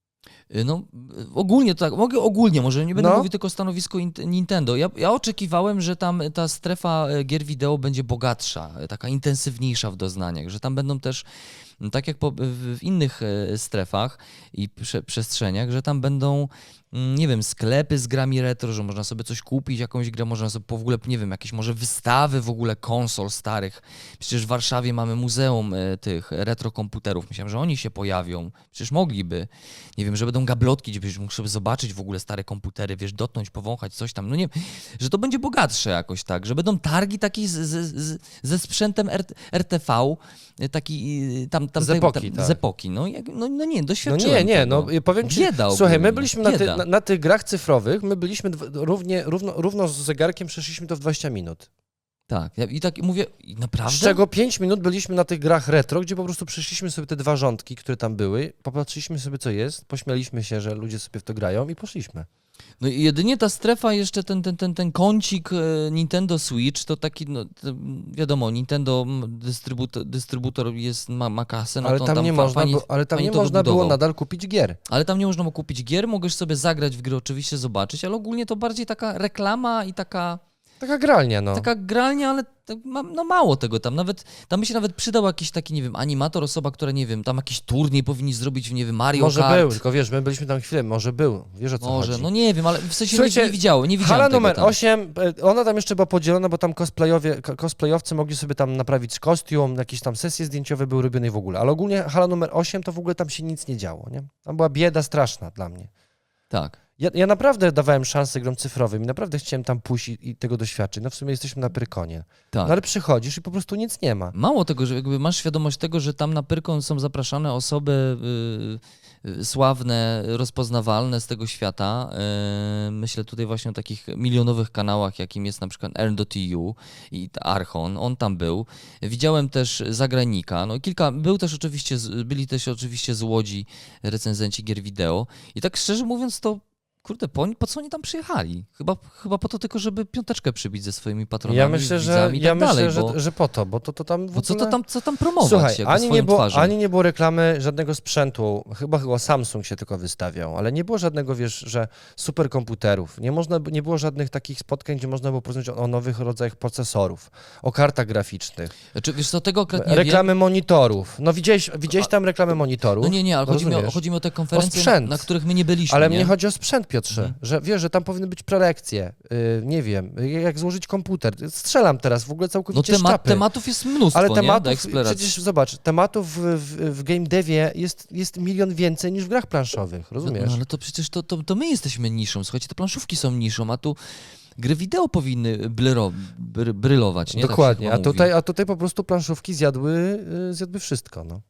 No ogólnie to tak, mogę ogólnie, może nie będę mówił tylko o stanowisku Nintendo. Ja oczekiwałem, że tam ta strefa gier wideo będzie bogatsza, taka intensywniejsza w doznaniach, że tam będą też, tak jak w innych strefach i przestrzeniach, że tam będą, nie wiem, sklepy z grami retro, że można sobie coś kupić, jakąś grę, można sobie w ogóle, nie wiem, jakieś może wystawy w ogóle konsol starych. Przecież w Warszawie mamy muzeum tych retro komputerów. Myślałem, że oni się pojawią. Przecież mogliby. Nie wiem, że będą gablotki, gdzie będziesz mógł sobie zobaczyć w ogóle stare komputery, wiesz, dotknąć, powąchać, coś tam. No nie, że to będzie bogatsze jakoś tak, że będą targi takie ze sprzętem RTV, taki tam z epoki, z epoki. No nie, doświadczyłem No nie, tego. no powiem ci, Bieda słuchaj, ogólnie. my byliśmy na tych grach cyfrowych, my byliśmy równo z zegarkiem, przeszliśmy to w 20 minut. Tak, i tak mówię, naprawdę? Z czego 5 minut byliśmy na tych grach retro, gdzie po prostu przeszliśmy sobie te 2 rządki, które tam były, popatrzyliśmy sobie co jest, pośmialiśmy się, że ludzie sobie w to grają i poszliśmy. No i jedynie ta strefa, jeszcze ten kącik Nintendo Switch, to taki, no to wiadomo, Nintendo dystrybutor ma kasę, no ale to tam nie można, ale tam nie można było nadal kupić gier. Ale tam nie można było kupić gier, mogłeś sobie zagrać w gry, oczywiście zobaczyć, ale ogólnie to bardziej taka reklama i taka gralnia, no. Taka gralnia, ale no mało tego tam. Tam by się nawet przydał jakiś taki, nie wiem, animator, osoba, która, nie wiem, tam jakiś turniej powinni zrobić, nie wiem, Mario Kart. Może był, tylko wiesz, my byliśmy tam chwilę, może był, wiesz o co chodzi. No nie wiem, ale w sensie Słuchajcie, nie widziałem hala tego numer tam. 8, ona tam jeszcze była podzielona, bo tam cosplayowcy mogli sobie tam naprawić kostium, jakieś tam sesje zdjęciowe były robione i w ogóle, ale ogólnie hala numer 8 to w ogóle tam się nic nie działo, nie? Tam była bieda straszna dla mnie. Tak. Ja naprawdę dawałem szansę grom cyfrowym i naprawdę chciałem tam pójść i tego doświadczyć. No w sumie jesteśmy na Pyrkonie. Tak. No ale przychodzisz i po prostu nic nie ma. Mało tego, że jakby masz świadomość tego, że tam na Pyrkon są zapraszane osoby sławne, rozpoznawalne z tego świata. Myślę tutaj właśnie o takich milionowych kanałach, jakim jest na przykład Earn.tu i Archon. On tam był. Widziałem też Zagranika. No byli też oczywiście z Łodzi recenzenci gier wideo. I tak szczerze mówiąc to kurde, po co oni tam przyjechali? Chyba po to tylko, żeby piąteczkę przybić ze swoimi patronami, Ja myślę, że po to, bo to tam w ogóle... co tam promować? Słuchaj, ani nie było reklamy żadnego sprzętu, chyba Samsung się tylko wystawiał, ale nie było żadnego, wiesz, że superkomputerów, nie było żadnych takich spotkań, gdzie można było porozmawiać o nowych rodzajach procesorów, o kartach graficznych. Znaczy, wiesz co, tego akurat nie reklamy monitorów. No widziałeś tam reklamę monitorów? No nie, ale chodzi mi o te konferencje, na których my nie byliśmy. Ale mnie chodzi o sprzęt, Piotrze, że wiesz, że tam powinny być prelekcje, nie wiem, jak złożyć komputer. Strzelam teraz w ogóle całkowicie z czapy. Tematów jest mnóstwo, ale tematów, przecież zobacz, tematów w game devie jest milion więcej niż w grach planszowych, rozumiesz? No ale to przecież to my jesteśmy niszą, słuchajcie, te planszówki są niszą, a tu gry wideo powinny brylować, nie? Dokładnie, tak a tutaj po prostu planszówki zjadły wszystko, no.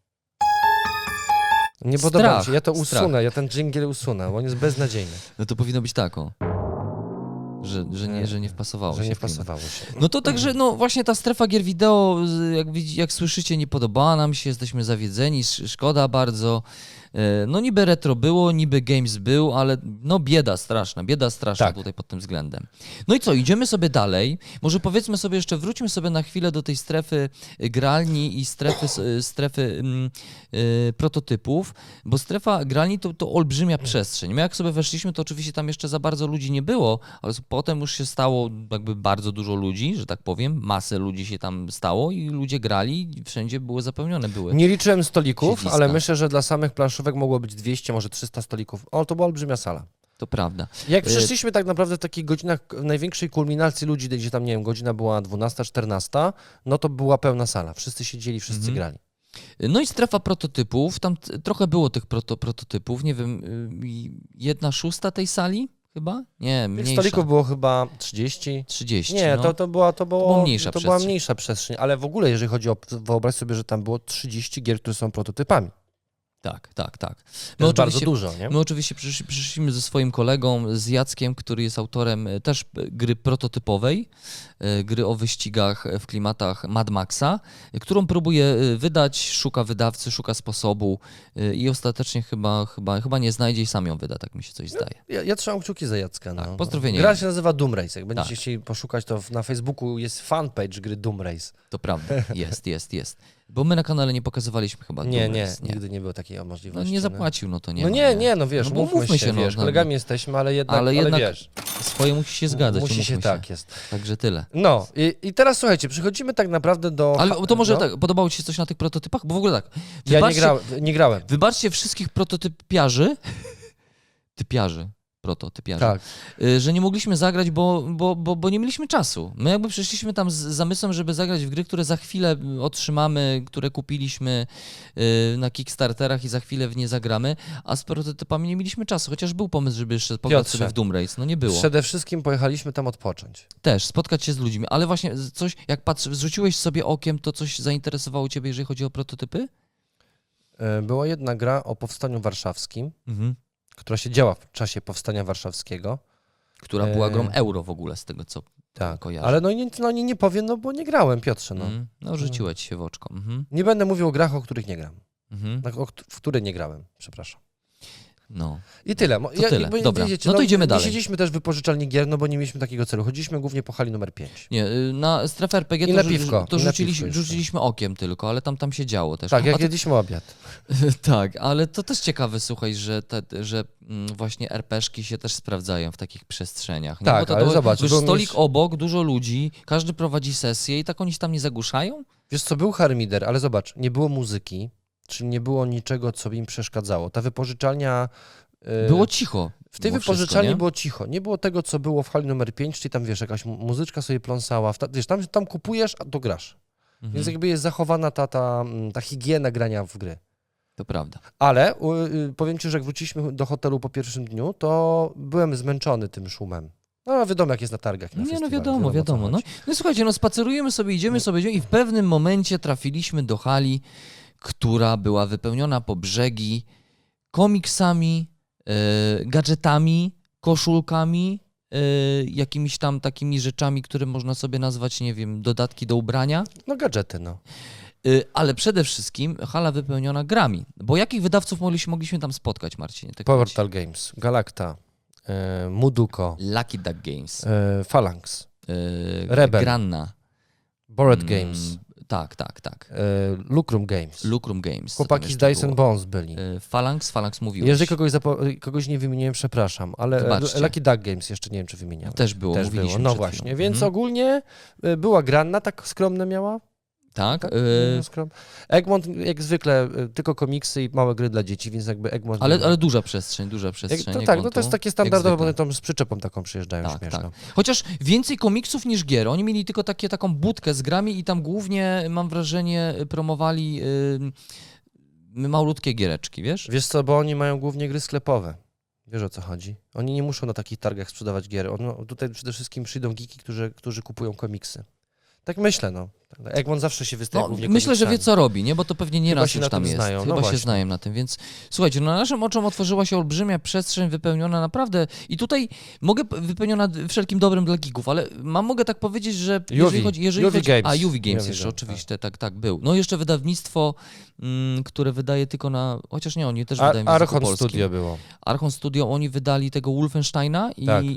Nie podoba mi się, ja to usunę, ja ten dżingiel usunę, bo on jest beznadziejny. No to powinno być tako. Że nie wpasowało się. Że nie wpasowało się. No to także, no właśnie ta strefa gier wideo, jak słyszycie, nie podobała nam się, jesteśmy zawiedzeni, szkoda bardzo. No niby retro było, niby games był, ale no bieda straszna tak. Tutaj pod tym względem. No i co, idziemy sobie dalej. Może powiedzmy sobie jeszcze, wróćmy sobie na chwilę do tej strefy gralni i strefy prototypów, bo strefa gralni to olbrzymia przestrzeń. My jak sobie weszliśmy, to oczywiście tam jeszcze za bardzo ludzi nie było, ale potem już się stało jakby bardzo dużo ludzi, że tak powiem, masę ludzi się tam stało i ludzie grali i wszędzie były zapełnione. Nie liczyłem stolików, ale myślę, że dla samych planszówek mogło być 200, może 300 stolików. To była olbrzymia sala. To prawda. Jak przyszliśmy tak naprawdę w takich godzinach największej kulminacji ludzi, gdzie tam, nie wiem, godzina była 12, 14, no to była pełna sala. Wszyscy siedzieli, wszyscy grali. No i strefa prototypów, tam trochę było tych prototypów, nie wiem, 1/6 tej sali? Chyba? Nie, mniejsza. Stolików było chyba 30. 30, nie, no. to była mniejsza przestrzeń, ale w ogóle, jeżeli chodzi o, wyobraź sobie, że tam było 30 gier, które są prototypami. Tak. To jest bardzo dużo, nie? My oczywiście przyszliśmy ze swoim kolegą, z Jackiem, który jest autorem też gry prototypowej, gry o wyścigach w klimatach Mad Maxa, którą próbuje wydać, szuka wydawcy, szuka sposobu i ostatecznie chyba nie znajdzie i sam ją wyda, tak mi się coś zdaje. Ja trzymam kciuki za Jacka. Tak, pozdrowienia. Gra się nazywa Doom Race. Jak będziecie chcieli poszukać, to na Facebooku jest fanpage gry Doom Race. To prawda, jest. Bo my na kanale nie pokazywaliśmy chyba. Nie, nigdy nie było takiej możliwości. No nie zapłacił, no to nie No ma, nie, wiesz, no, mówmy się, wiesz, kolegami jesteśmy, ale jednak wiesz. Swoje musi się zgadzać. Musi się, tak jest. Także tyle. No i teraz słuchajcie, przechodzimy tak naprawdę do... Ale to może tak, podobało ci się coś na tych prototypach? Bo w ogóle tak. Ja nie grałem. Wybaczcie wszystkich prototypiarzy, prototypiarzy, tak. Że nie mogliśmy zagrać, bo nie mieliśmy czasu. My jakby przyszliśmy tam z zamysłem, żeby zagrać w gry, które za chwilę otrzymamy, które kupiliśmy na Kickstarterach i za chwilę w nie zagramy, a z prototypami nie mieliśmy czasu, chociaż był pomysł, żeby jeszcze pograć sobie w Doom Race. No nie było. Przede wszystkim pojechaliśmy tam odpocząć. Też, spotkać się z ludźmi, ale właśnie coś, jak zrzuciłeś sobie okiem, to coś zainteresowało ciebie, jeżeli chodzi o prototypy? Była jedna gra o Powstaniu Warszawskim, która się działa w czasie Powstania Warszawskiego. Która była grą euro w ogóle, z tego co kojarzę. Ale nie powiem, bo nie grałem, Piotrze. No rzuciła ci się w oczko. Nie będę mówił o grach, o których nie gram. W które nie grałem, przepraszam. No. I tyle. Tyle. Dobra, no to idziemy dalej. Nie siedzieliśmy też w wypożyczalni gier, bo nie mieliśmy takiego celu. Chodziliśmy głównie po hali numer 5. Nie, na strefę RPG I na piwko. rzuciliśmy okiem tylko, ale tam się działo też. Tak, jak jedliśmy obiad. Tak, ale to też ciekawe, słuchaj, że właśnie RPG-szki się też sprawdzają w takich przestrzeniach. Nie? Tak, ale zobacz. Stolik obok, dużo ludzi, każdy prowadzi sesję i tak oni się tam nie zagłuszają? Wiesz co, był harmider, ale zobacz, nie było muzyki, czyli nie było niczego, co by im przeszkadzało. Ta wypożyczalnia... Było cicho. W tej wypożyczalni było cicho. Nie było tego, co było w hali numer 5, czyli tam, wiesz, jakaś muzyczka sobie pląsała. Wiesz, tam kupujesz, a to grasz. Więc jakby jest zachowana ta higiena grania w gry. To prawda. Ale powiem ci, że jak wróciliśmy do hotelu po pierwszym dniu, to byłem zmęczony tym szumem. No wiadomo, jak jest na targach. Wiadomo. No słuchajcie, spacerujemy sobie, idziemy i w pewnym momencie trafiliśmy do hali, która była wypełniona po brzegi komiksami, gadżetami, koszulkami, jakimiś tam takimi rzeczami, które można sobie nazwać, nie wiem, dodatki do ubrania. No gadżety, no. Ale przede wszystkim hala wypełniona grami. Bo jakich wydawców mogliśmy tam spotkać, Marcinie? Portal Games, Galacta, Muduko, Lucky Duck Games, Phalanx, Rebel, Granna, Bored Games. Tak. Lucrum Games. Chłopaki z Dice and Bones byli. Phalanx mówiłeś. Jeżeli kogoś nie wymieniłem, przepraszam, ale wybaczcie. Lucky Duck Games jeszcze nie wiem, czy wymieniałem. Też było. No właśnie, więc ogólnie była Granna, tak skromne miała. Tak. Egmont jak zwykle tylko komiksy i małe gry dla dzieci, więc jakby Egmont... Ale duża przestrzeń. To jest takie standardowe, bo one tam z przyczepą taką przyjeżdżają śmieszną. Tak. Chociaż więcej komiksów niż gier. Oni mieli tylko taką budkę z grami i tam głównie, mam wrażenie, promowali malutkie giereczki, wiesz? Wiesz co, bo oni mają głównie gry sklepowe. Wiesz, o co chodzi? Oni nie muszą na takich targach sprzedawać gier. Tutaj przede wszystkim przyjdą geeki, którzy kupują komiksy. Tak myślę, no. Egmont zawsze się wystaje głównie myślę, że wie, co robi, nie? Bo to pewnie nie Chyba raz się już tam jest. Znają. Chyba się znają na tym, więc słuchajcie, na naszym oczom otworzyła się olbrzymia przestrzeń wypełniona naprawdę i tutaj wypełniona wszelkim dobrem dla geeków, ale mogę tak powiedzieć, że jeżeli chodzi... Games. UV Games jeszcze, oczywiście, tak był. No jeszcze wydawnictwo, które wydaje tylko na... Chociaż nie, oni też wydają w języku polskim. Archon Studio było. Archon Studio, oni wydali tego Wolfensteina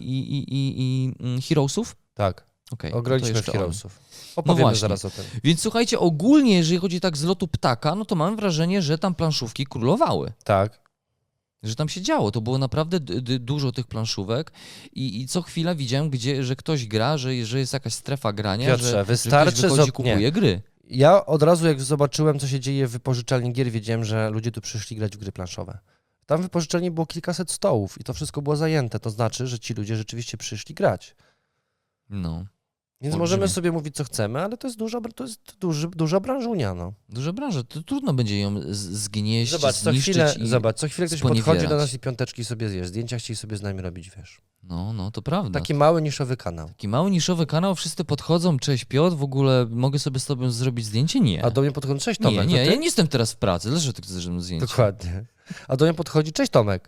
i Heroesów. Tak. Okay, ograliśmy w Heroesów. Opowiemy zaraz o tym. Więc słuchajcie, ogólnie, jeżeli chodzi tak z lotu ptaka, no to mam wrażenie, że tam planszówki królowały. Tak. Że tam się działo. To było naprawdę dużo tych planszówek i co chwila widziałem, że ktoś gra, że jest jakaś strefa grania, Piotrze, że ktoś wychodzi, kupuje gry. Ja od razu, jak zobaczyłem, co się dzieje w wypożyczalni gier, wiedziałem, że ludzie tu przyszli grać w gry planszowe. Tam w wypożyczalni było kilkaset stołów i to wszystko było zajęte. To znaczy, że ci ludzie rzeczywiście przyszli grać. No. Więc możemy sobie mówić, co chcemy, ale to jest duża branżunia, no. Duża branża, to trudno będzie ją zgnieść, zniszczyć co chwilę ktoś podchodzi do nas i piąteczki sobie zje, zdjęcia chcieli sobie z nami robić, wiesz. No, to prawda. Taki mały, niszowy kanał. Wszyscy podchodzą, cześć Piotr, w ogóle mogę sobie z tobą zrobić zdjęcie? Nie. A do mnie podchodzą, cześć Tomek. Nie, ja nie jestem teraz w pracy, dlaczego ty chcesz ze mną zdjęcie? Dokładnie. A do mnie podchodzi, cześć Tomek.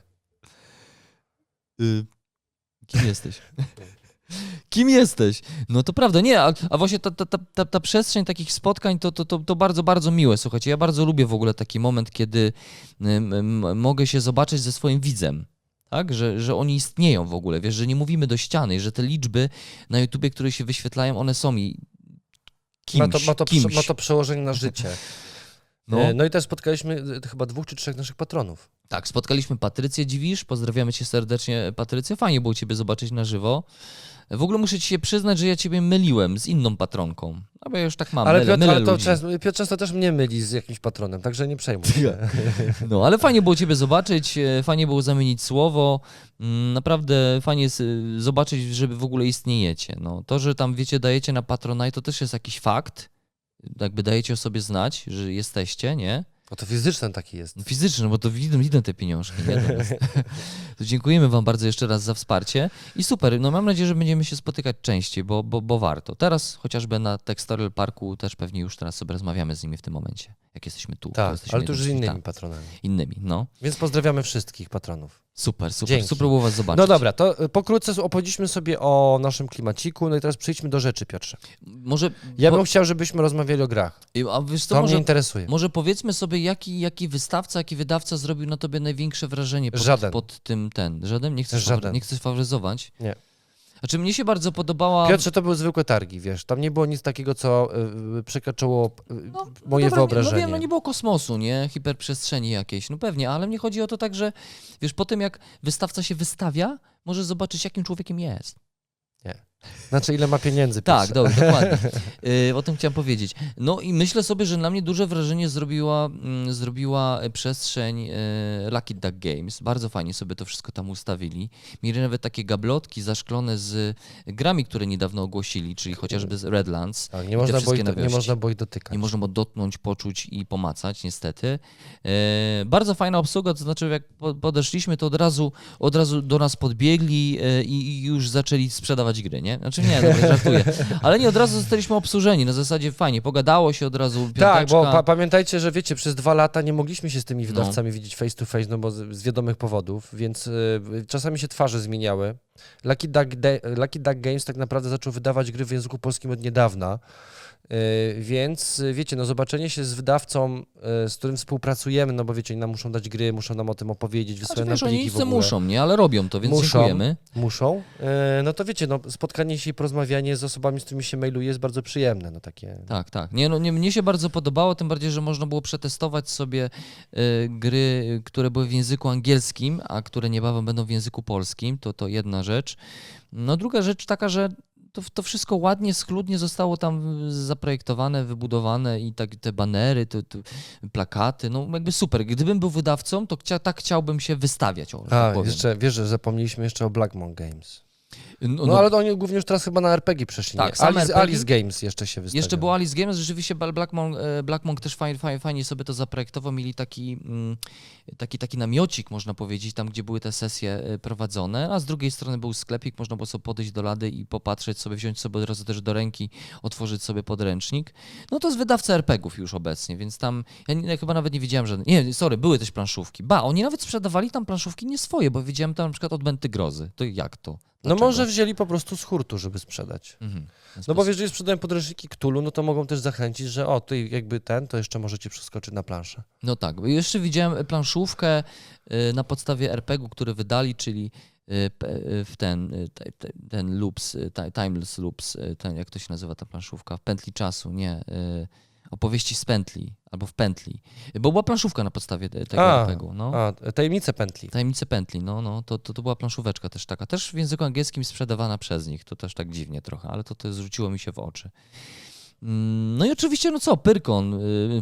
Kim jesteś? Kim jesteś? No to prawda, nie, a właśnie ta przestrzeń takich spotkań to bardzo, bardzo miłe, słuchajcie, ja bardzo lubię w ogóle taki moment, kiedy mogę się zobaczyć ze swoim widzem, tak, że oni istnieją w ogóle, wiesz, że nie mówimy do ściany, że te liczby na YouTubie, które się wyświetlają, one są i kimś. Ma to przełożenie na życie. No i też spotkaliśmy chyba 2 czy 3 naszych patronów. Tak, spotkaliśmy Patrycję Dziwisz, pozdrawiamy cię serdecznie, Patrycję, fajnie było ciebie zobaczyć na żywo. W ogóle muszę ci się przyznać, że ja ciebie myliłem z inną patronką. No bo ja już tak mam, Ale mylę Piotr, ludzi. Piotr często też mnie myli z jakimś patronem, także nie przejmuj się. No, ale fajnie było ciebie zobaczyć, fajnie było zamienić słowo. Naprawdę fajnie jest zobaczyć, że wy w ogóle istniejecie. No, to, że tam, wiecie, dajecie na Patronite, to też jest jakiś fakt. Jakby dajecie o sobie znać, że jesteście, nie? Bo to fizyczny taki jest. No fizyczny, bo to idą te pieniążki. Nie? To dziękujemy wam bardzo jeszcze raz za wsparcie. I super, no mam nadzieję, że będziemy się spotykać częściej, bo warto. Teraz chociażby na Textorial Parku też pewnie już teraz sobie rozmawiamy z nimi w tym momencie, jak jesteśmy tu. Tak, jesteśmy ale to już z innymi tak, patronami. innymi, no. Więc pozdrawiamy wszystkich patronów. Super, Dzięki. super było was zobaczyć. No dobra, to pokrótce opowiedzieliśmy sobie o naszym klimaciku, no i teraz przejdźmy do rzeczy, Piotrze. Może, Ja bym chciał, żebyśmy rozmawiali o grach. a wiesz co, To mnie interesuje. może powiedzmy sobie, jaki wystawca, jaki wydawca zrobił na tobie największe wrażenie Żaden. pod tym Żaden? Żaden. Nie chcesz faworyzować? Nie. Znaczy mnie się bardzo podobała... Piotrze, to były zwykłe targi, wiesz, tam nie było nic takiego, co przekraczało moje dobra, wyobrażenie. No wiem, no nie było kosmosu, nie? Hiperprzestrzeni jakiejś, no pewnie, ale mnie chodzi o to tak, że wiesz, po tym jak wystawca się wystawia, możesz zobaczyć, jakim człowiekiem jest. Znaczy, ile ma pieniędzy, Tak, Piotrze. dobrze, dokładnie. O tym chciałem powiedzieć. No i myślę sobie, że na mnie duże wrażenie zrobiła przestrzeń Lucky Duck Games. Bardzo fajnie sobie to wszystko tam ustawili. Mieli nawet takie gablotki zaszklone z grami, które niedawno ogłosili, czyli chociażby z Redlands. Tak, I nie te można wszystkie było nowości. ich dotykać. Nie można było dotknąć, poczuć i pomacać, niestety. Bardzo fajna obsługa, to znaczy jak podeszliśmy, to od razu do nas podbiegli i już zaczęli sprzedawać gry, nie? Znaczy nie, dobra, żartuję. Ale nie, od razu zostaliśmy obsłużeni, na zasadzie fajnie, pogadało się od razu, Tak, bo piąteczka. pamiętajcie, że wiecie, przez 2 lata nie mogliśmy się z tymi wydawcami widzieć face to face, no bo z wiadomych powodów, więc czasami się twarze zmieniały. Lucky Duck Games tak naprawdę zaczął wydawać gry w języku polskim od niedawna, więc wiecie, no zobaczenie się z wydawcą, z którym współpracujemy, no bo wiecie, oni nam muszą dać gry, muszą nam o tym opowiedzieć, Znaczy, wysłać nam wiesz, oni pliki nic w nie ogóle. muszą, nie? Ale robią to, więc Muszą. dziękujemy. Muszą. No to wiecie, no spotkanie się i porozmawianie z osobami, z którymi się mailuje jest bardzo przyjemne, no takie... Tak. Nie, no, mnie się bardzo podobało, tym bardziej, że można było przetestować sobie gry, które były w języku angielskim, a które niebawem będą w języku polskim. To jedna rzecz. No druga rzecz taka, że to wszystko ładnie, schludnie zostało tam zaprojektowane, wybudowane i tak te banery, te plakaty, no jakby super. Gdybym był wydawcą, to tak chciałbym się wystawiać. O, że tak powiem. jeszcze, wiesz, że zapomnieliśmy jeszcze o Blackmon Games. No, No ale oni głównie już teraz chyba na RPG przeszli. Tak, nie? same RPG. Alice Games jeszcze się wystawiał. Jeszcze było Alice Games, rzeczywiście Black Monk też fajnie sobie to zaprojektował, mieli taki namiocik, można powiedzieć, tam gdzie były te sesje prowadzone, a z drugiej strony był sklepik, można było sobie podejść do lady i popatrzeć sobie, wziąć sobie od razu też do ręki, otworzyć sobie podręcznik. No to jest wydawca RPG-ów już obecnie, więc tam, ja chyba nawet nie widziałem żadnych, nie, sorry, były też planszówki. Oni nawet sprzedawali tam planszówki nie swoje, bo widziałem tam na przykład od Męty Grozy. To jak to? No Dlaczego? może wzięli po prostu z hurtu, żeby sprzedać. No bo jeżeli sprzedają podręczniki Cthulhu, no to mogą też zachęcić, że ty jakby to jeszcze możecie przeskoczyć na planszę. No tak, bo jeszcze widziałem planszówkę na podstawie RPG-u, który wydali, czyli w ten Loops, Timeless Loops, jak to się nazywa ta planszówka, w pętli czasu, nie, opowieści z pętli, albo w pętli, bo była planszówka na podstawie tego RPG-u. No. Tajemnice pętli. Tajemnice pętli, no, to była planszóweczka też taka, też w języku angielskim sprzedawana przez nich, to też tak dziwnie trochę, ale to zwróciło mi się w oczy. No i oczywiście, no co, Pyrkon,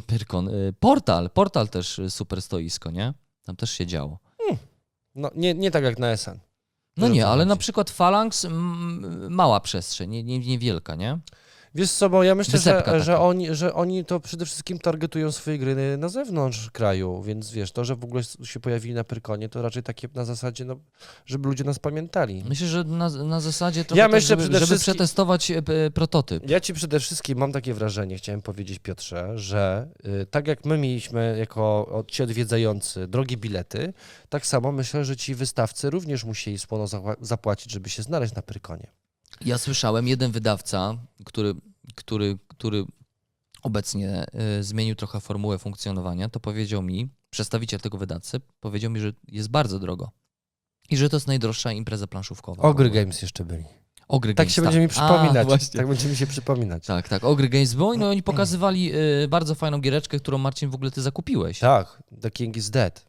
Portal też super stoisko, nie? Tam też się działo. No nie tak jak na SN. No nie, ale na przykład Phalanx, mała przestrzeń, niewielka, nie? Wiesz co, bo ja myślę, Wysepka że oni to przede wszystkim targetują swoje gry na zewnątrz kraju, więc wiesz, to, że w ogóle się pojawili na Pyrkonie, to raczej takie na zasadzie, no, żeby ludzie nas pamiętali. Myślę, że na zasadzie trochę myślę, żeby przetestować prototyp. Ja ci przede wszystkim mam takie wrażenie, chciałem powiedzieć, Piotrze, że tak jak my mieliśmy jako ci odwiedzający drogie bilety, tak samo myślę, że ci wystawcy również musieli słono zapłacić, żeby się znaleźć na Pyrkonie. Ja słyszałem, jeden wydawca, który obecnie zmienił trochę formułę funkcjonowania, to powiedział mi, przedstawiciel tego wydawcy, powiedział mi, że jest bardzo drogo i że to jest najdroższa impreza planszówkowa. Ogry Games jeszcze byli. Ogry Tak Games, się będziemy przypominać. właśnie. Tak będziemy się przypominać. Tak, Ogry Games było. No oni pokazywali bardzo fajną giereczkę, którą Marcin w ogóle ty zakupiłeś. Tak, The King is Dead.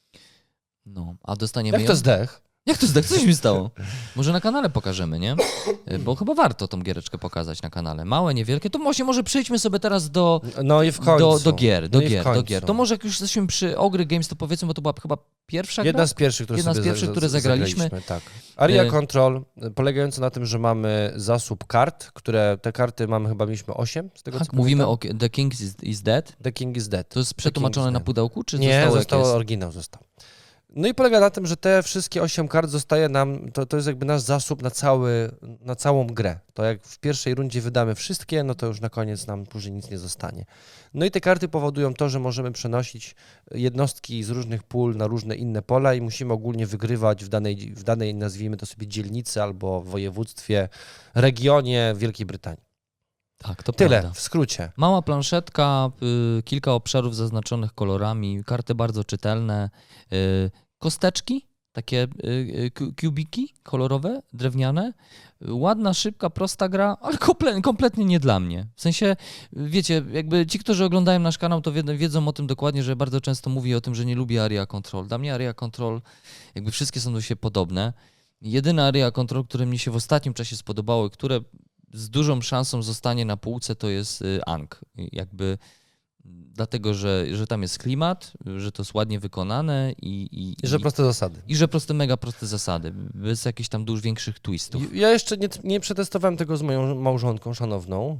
No, a dostaniemy Jak to zdech? Jak to zdech? Co się mi stało? Może na kanale pokażemy, nie? Bo chyba warto tą giereczkę pokazać na kanale. Małe, niewielkie. To może przejdźmy sobie teraz do, no i w końcu. do gier. No do gier. To może jak już jesteśmy przy Ogry Games, to powiedzmy, bo to była chyba pierwsza gra? Jedna z pierwszych, które zagraliśmy. Tak. Area Control, polegająca na tym, że mamy zasób kart, te karty mieliśmy 8, z tego tak, co mówimy pamiętam. o The King is Dead? The King is Dead. To jest przetłumaczone na pudełku, czy nie, zostało oryginał został. No i polega na tym, że te wszystkie 8 kart zostaje nam, to jest jakby nasz zasób na całą grę. To jak w pierwszej rundzie wydamy wszystkie, no to już na koniec nam później nic nie zostanie. No i te karty powodują to, że możemy przenosić jednostki z różnych pól na różne inne pola i musimy ogólnie wygrywać w danej nazwijmy to sobie dzielnicy albo województwie, regionie Wielkiej Brytanii. Tak, to tyle, prawda. W skrócie. Mała planszetka, kilka obszarów zaznaczonych kolorami, karty bardzo czytelne, kosteczki, takie kubiki kolorowe, drewniane, ładna, szybka, prosta gra, ale kompletnie nie dla mnie. W sensie, wiecie, jakby ci, którzy oglądają nasz kanał, to wiedzą o tym dokładnie, że bardzo często mówię o tym, że nie lubię Area Control. Dla mnie Area Control, jakby wszystkie są do siebie podobne. Jedyne Area Control, które mi się w ostatnim czasie spodobały, które z dużą szansą zostanie na półce, to jest Ankh. Jakby dlatego, że tam jest klimat, że to jest ładnie wykonane i że proste zasady. I że mega proste zasady, bez jakichś tam dużo większych twistów. Ja jeszcze nie przetestowałem tego z moją małżonką szanowną.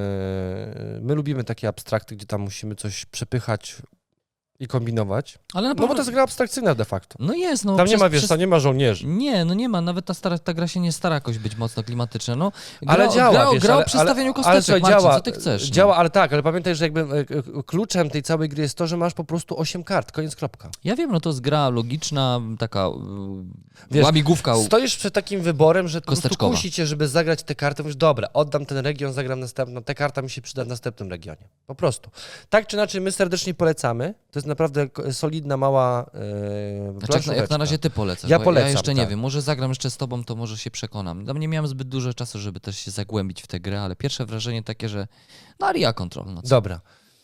My lubimy takie abstrakty, gdzie tam musimy coś przepychać i kombinować. Ale bo to jest gra abstrakcyjna de facto. No jest. No, tam nie ma żołnierzy. Nie, no nie ma. Nawet ta gra się nie stara jakoś być mocno klimatyczna. No, ale działa, gra o przestawieniu kosteczek, Marcin, działa, co ty chcesz? Działa, ale pamiętaj, że jakby kluczem tej całej gry jest to, że masz po prostu 8 kart, koniec, kropka. Ja wiem, no to jest gra logiczna, taka łamigłówka. Stoisz przed takim wyborem, że po prostu kusi cię, żeby zagrać tę kartę, mówisz, dobra, oddam ten region, zagram następną, ta karta mi się przyda w następnym regionie. Po prostu. Tak czy inaczej, my serdecznie polecamy. To jest naprawdę solidna, mała jak na razie ty polecasz. Ja polecam, ja jeszcze tak. nie wiem, może zagram jeszcze z tobą, to może się przekonam. Dla mnie nie miałem zbyt dużo czasu, żeby też się zagłębić w tę grę, ale pierwsze wrażenie takie, że Area Control. No co? Dobra.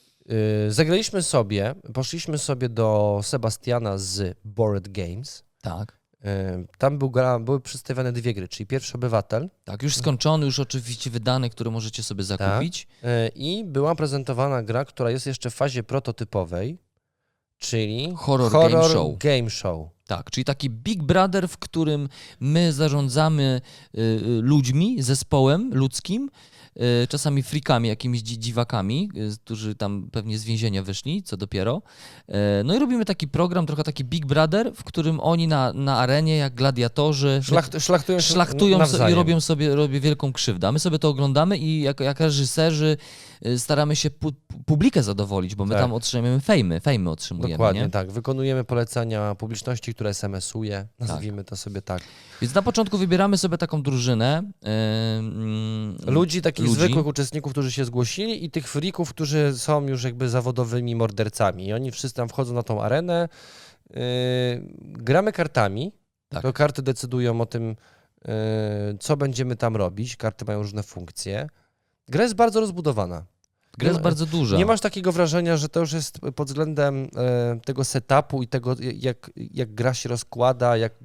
Poszliśmy sobie do Sebastiana z Bored Games. Tak. Tam były przedstawione 2 gry, czyli Pierwszy Obywatel. Tak, już skończony, już oczywiście wydany, który możecie sobie zakupić. Tak. I była prezentowana gra, która jest jeszcze w fazie prototypowej, czyli Horror Game Show. Tak, czyli taki Big Brother, w którym my zarządzamy ludźmi, zespołem ludzkim, czasami freakami, jakimiś dziwakami, którzy tam pewnie z więzienia wyszli, co dopiero. No i robimy taki program, trochę taki Big Brother, w którym oni na arenie, jak gladiatorzy, szlachtują i robią wielką krzywdę. A my sobie to oglądamy i jak reżyserzy staramy się publikę zadowolić, bo my tam otrzymujemy fejmy otrzymujemy. Dokładnie, nie? tak. Wykonujemy polecenia publiczności, która SMS-uje, nazwijmy to sobie tak. Więc na początku wybieramy sobie taką drużynę. Ludzi, zwykłych uczestników, którzy się zgłosili i tych freaków, którzy są już jakby zawodowymi mordercami. I oni wszyscy tam wchodzą na tą arenę. Gramy kartami. Tak. To karty decydują o tym, co będziemy tam robić. Karty mają różne funkcje. Gra jest bardzo rozbudowana. Gra jest bardzo duża. Nie masz takiego wrażenia, że to już jest pod względem tego setupu i tego, jak gra się rozkłada, jak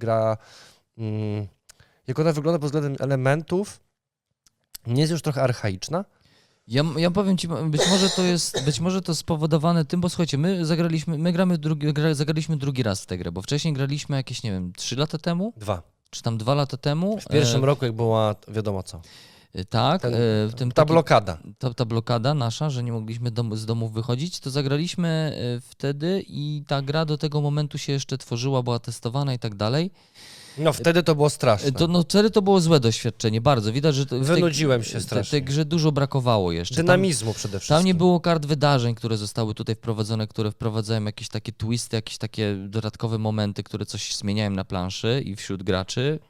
ona wygląda pod względem elementów, nie jest już trochę archaiczna? Ja powiem ci, być może to spowodowane tym, bo słuchajcie, zagraliśmy drugi raz w tę grę, bo wcześniej graliśmy jakieś, nie wiem, 3 lata temu? 2. Czy tam 2 lata temu? W pierwszym roku, jak była wiadomo co. Tak. Ta blokada. Ta blokada nasza, że nie mogliśmy z domów wychodzić, to zagraliśmy wtedy i ta gra do tego momentu się jeszcze tworzyła, była testowana i tak dalej. No wtedy to było straszne. Wtedy to było złe doświadczenie, bardzo. Widać, że wynudziłem się strasznie. Tej grze dużo brakowało jeszcze. Dynamizmu przede wszystkim. Tam nie było kart wydarzeń, które zostały tutaj wprowadzone, które wprowadzają jakieś takie twisty, jakieś takie dodatkowe momenty, które coś zmieniają na planszy i wśród graczy.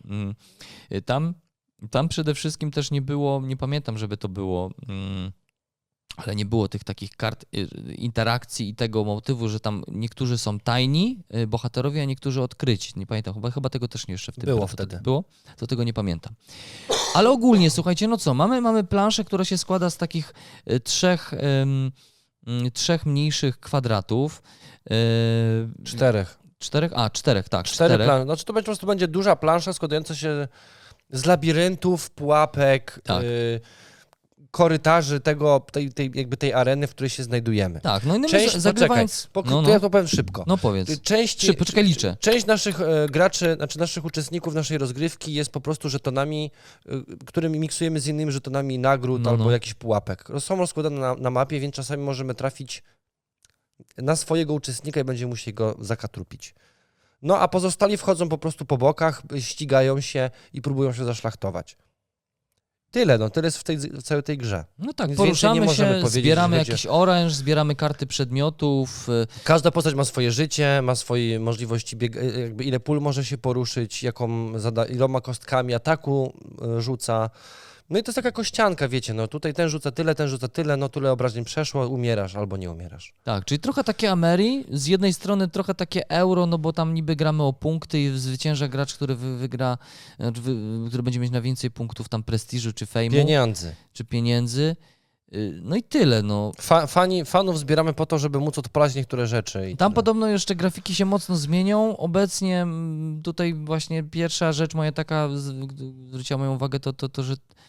Tam przede wszystkim też nie było, nie pamiętam, żeby to było ale nie było tych takich kart interakcji i tego motywu, że tam niektórzy są tajni bohaterowie, a niektórzy odkryci. Nie pamiętam, chyba tego też nie jeszcze w tym było wtedy. Było? To tego nie pamiętam. Ale ogólnie, słuchajcie, no co, mamy planszę, która się składa z takich trzech mniejszych kwadratów. Czterech. Czterech, tak. Cztery plansze. Znaczy to po prostu będzie duża plansza składająca się z labiryntów, pułapek, tak. Korytarzy tej areny, w której się znajdujemy. Tak, no i zagrywając... Ja to powiem szybko. No powiedz. Poczekaj, liczę. Część naszych graczy, znaczy naszych uczestników naszej rozgrywki jest po prostu żetonami, którymi miksujemy z innymi żetonami nagród albo jakichś pułapek. Są rozkładane na mapie, więc czasami możemy trafić na swojego uczestnika i będziemy musieli go zakatrupić. No a pozostali wchodzą po prostu po bokach, ścigają się i próbują się zaszlachtować. Tyle jest w całej tej grze. No tak, poruszamy się, zbieramy jakiś oręż, zbieramy karty przedmiotów. Każda postać ma swoje życie, ma swoje możliwości, jakby ile pól może się poruszyć, iloma kostkami ataku rzuca. No i to jest taka kościanka, wiecie, no tutaj ten rzuca tyle, no tyle obrażeń przeszło, umierasz albo nie umierasz. Tak, czyli trochę takie Ameri, z jednej strony trochę takie euro, no bo tam niby gramy o punkty i zwycięża gracz, który wygra, który będzie mieć na więcej punktów tam prestiżu czy fejmu. Pieniędzy. No i tyle, no. Fanów zbieramy po to, żeby móc odpalać niektóre rzeczy. Tam podobno jeszcze grafiki się mocno zmienią. Obecnie tutaj właśnie pierwsza rzecz moja taka, zwróciła moją uwagę, to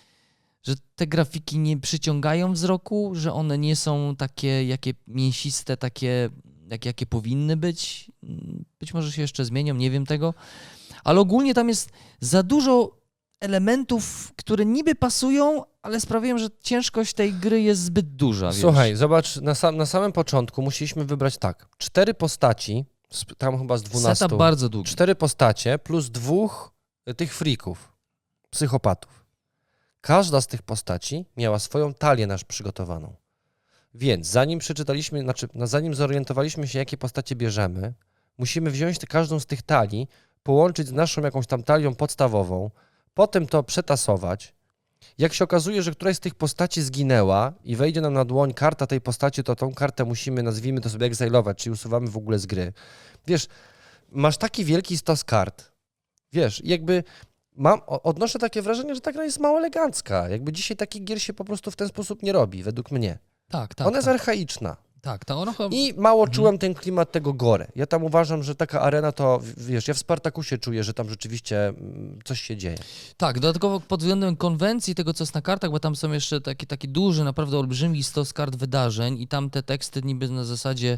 że te grafiki nie przyciągają wzroku, że one nie są takie mięsiste, takie jakie powinny być. Być może się jeszcze zmienią, nie wiem tego. Ale ogólnie tam jest za dużo elementów, które niby pasują, ale sprawiają, że ciężkość tej gry jest zbyt duża. Słuchaj, zobacz, na samym początku musieliśmy wybrać 4 postaci, tam chyba z 12. Setup bardzo długi. 4 postacie plus 2 tych freaków, psychopatów. Każda z tych postaci miała swoją talię przygotowaną. Więc zanim zorientowaliśmy się, jakie postacie bierzemy, musimy wziąć każdą z tych talii, połączyć z naszą jakąś tam talią podstawową, potem to przetasować. Jak się okazuje, że któraś z tych postaci zginęła i wejdzie nam na dłoń karta tej postaci, to tą kartę musimy, nazwijmy to sobie, egzailować, czyli usuwamy w ogóle z gry. Wiesz, masz taki wielki stos kart, wiesz, jakby odnoszę takie wrażenie, że ta gra jest mało elegancka. Jakby dzisiaj takich gier się po prostu w ten sposób nie robi, według mnie. Tak. Ona jest archaiczna. Tak, I mało czułem ten klimat tego gore. Ja tam uważam, że taka arena to, wiesz, ja w Spartakusie czuję, że tam rzeczywiście coś się dzieje. Tak, dodatkowo pod względem konwencji tego, co jest na kartach, bo tam są jeszcze taki duży, naprawdę olbrzymi stos kart wydarzeń i tam te teksty niby na zasadzie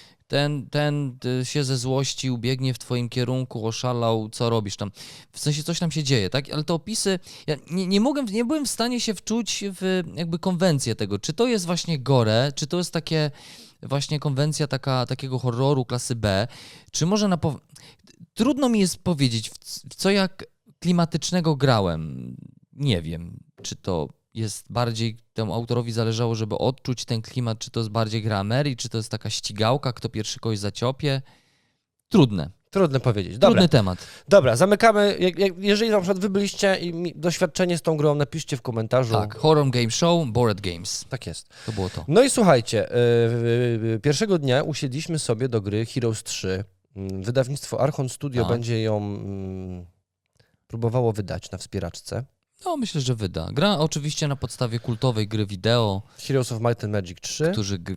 ten się ze złości ubiegnie w twoim kierunku, oszalał, co robisz tam. W sensie coś tam się dzieje, tak? Ale te opisy, ja nie byłem w stanie się wczuć w jakby konwencję tego, czy to jest właśnie gore, czy to jest takie właśnie konwencja takiego horroru klasy B, czy może trudno mi jest powiedzieć, w co ja klimatycznego grałem. Nie wiem, czy to jest bardziej, temu autorowi zależało, żeby odczuć ten klimat, czy to jest bardziej gra Ameri, czy to jest taka ścigałka, kto pierwszy kogoś zaciopie. Trudne powiedzieć. Trudny temat. Dobra, zamykamy. Jeżeli na przykład wy byliście i doświadczenie z tą grą, napiszcie w komentarzu. Tak, Horror Game Show, Bored Games. Tak jest. To było to. No i słuchajcie, pierwszego dnia usiedliśmy sobie do gry Heroes 3. Wydawnictwo Archon Studio będzie ją próbowało wydać na wspieraczce. No, myślę, że wyda. Gra oczywiście na podstawie kultowej gry wideo. Heroes of Might and Magic 3.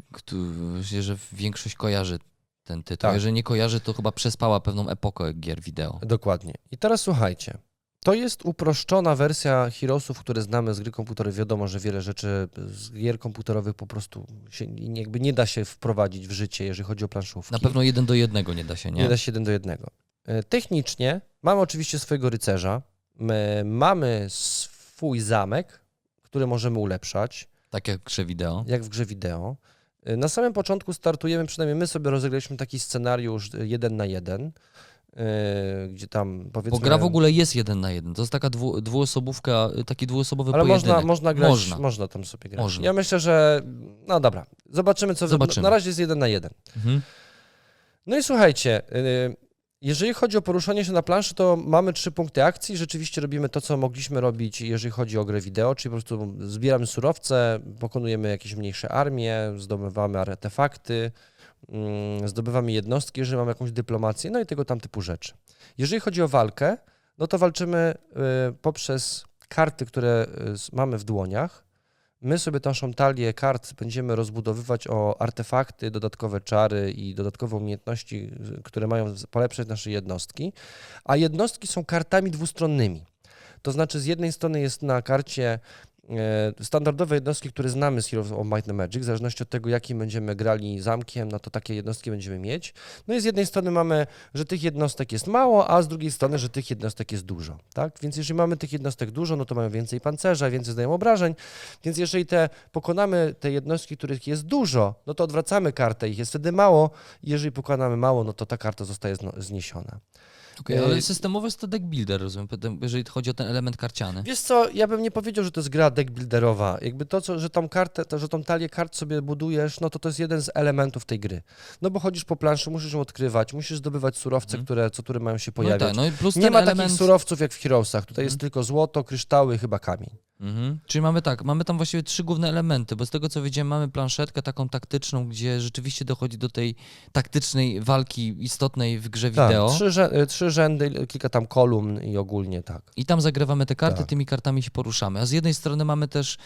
Że większość kojarzy ten tytuł. Tak. Jeżeli nie kojarzy, to chyba przespała pewną epokę gier wideo. Dokładnie. I teraz słuchajcie. To jest uproszczona wersja Heroesów, które znamy z gry komputerowej. Wiadomo, że wiele rzeczy z gier komputerowych po prostu jakby nie da się wprowadzić w życie, jeżeli chodzi o planszówki. Na pewno 1:1 nie da się, nie? Nie da się 1:1. Technicznie mamy oczywiście swojego rycerza. My mamy swój zamek, który możemy ulepszać. Tak jak w grze wideo. Jak w grze wideo. Na samym początku startujemy, przynajmniej my sobie rozegraliśmy taki scenariusz 1:1, gdzie tam powiedzmy... Bo gra w ogóle jest 1:1, to jest taka dwuosobówka, taki dwuosobowy ale pojedynek. można grać, można tam sobie grać. Można. Ja myślę, że... No dobra, zobaczymy co... Na razie jest 1:1. Mhm. No i słuchajcie... Jeżeli chodzi o poruszanie się na planszy, to mamy 3 punkty akcji. Rzeczywiście robimy to, co mogliśmy robić, jeżeli chodzi o grę wideo, czyli po prostu zbieramy surowce, pokonujemy jakieś mniejsze armie, zdobywamy artefakty, zdobywamy jednostki, jeżeli mamy jakąś dyplomację, no i tego tam typu rzeczy. Jeżeli chodzi o walkę, no to walczymy poprzez karty, które mamy w dłoniach. My sobie naszą talię kart będziemy rozbudowywać o artefakty, dodatkowe czary i dodatkowe umiejętności, które mają polepszać nasze jednostki, a jednostki są kartami dwustronnymi. To znaczy z jednej strony jest na karcie standardowe jednostki, które znamy z Heroes of Might and Magic, w zależności od tego, jakim będziemy grali zamkiem, no to takie jednostki będziemy mieć. No i z jednej strony mamy, że tych jednostek jest mało, a z drugiej strony, że tych jednostek jest dużo, tak? Więc jeżeli mamy tych jednostek dużo, no to mają więcej pancerza, więcej zdają obrażeń, więc jeżeli pokonamy te jednostki, których jest dużo, no to odwracamy kartę, ich jest wtedy mało, jeżeli pokonamy mało, no to ta karta zostaje zniesiona. Okay, ale systemowy jest to deck builder, rozumiem, jeżeli chodzi o ten element karciany. Wiesz co, ja bym nie powiedział, że to jest gra deck builderowa. Jakby że tą kartę, że tą talię kart sobie budujesz, no to jest jeden z elementów tej gry. No bo chodzisz po planszy, musisz ją odkrywać, musisz zdobywać surowce, które co tury mają się pojawiać. No tak, no i plus nie ma element... takich surowców jak w Heroesach. Tutaj jest tylko złoto, kryształy, chyba kamień. Czyli mamy tam właściwie 3 główne elementy, bo z tego co widziałem, mamy planszetkę taką taktyczną, gdzie rzeczywiście dochodzi do tej taktycznej walki istotnej w grze wideo. Tak, 3 rzędy, kilka tam kolumn i ogólnie tak. I tam zagrywamy te karty, tak. Tymi kartami się poruszamy. A z jednej strony mamy też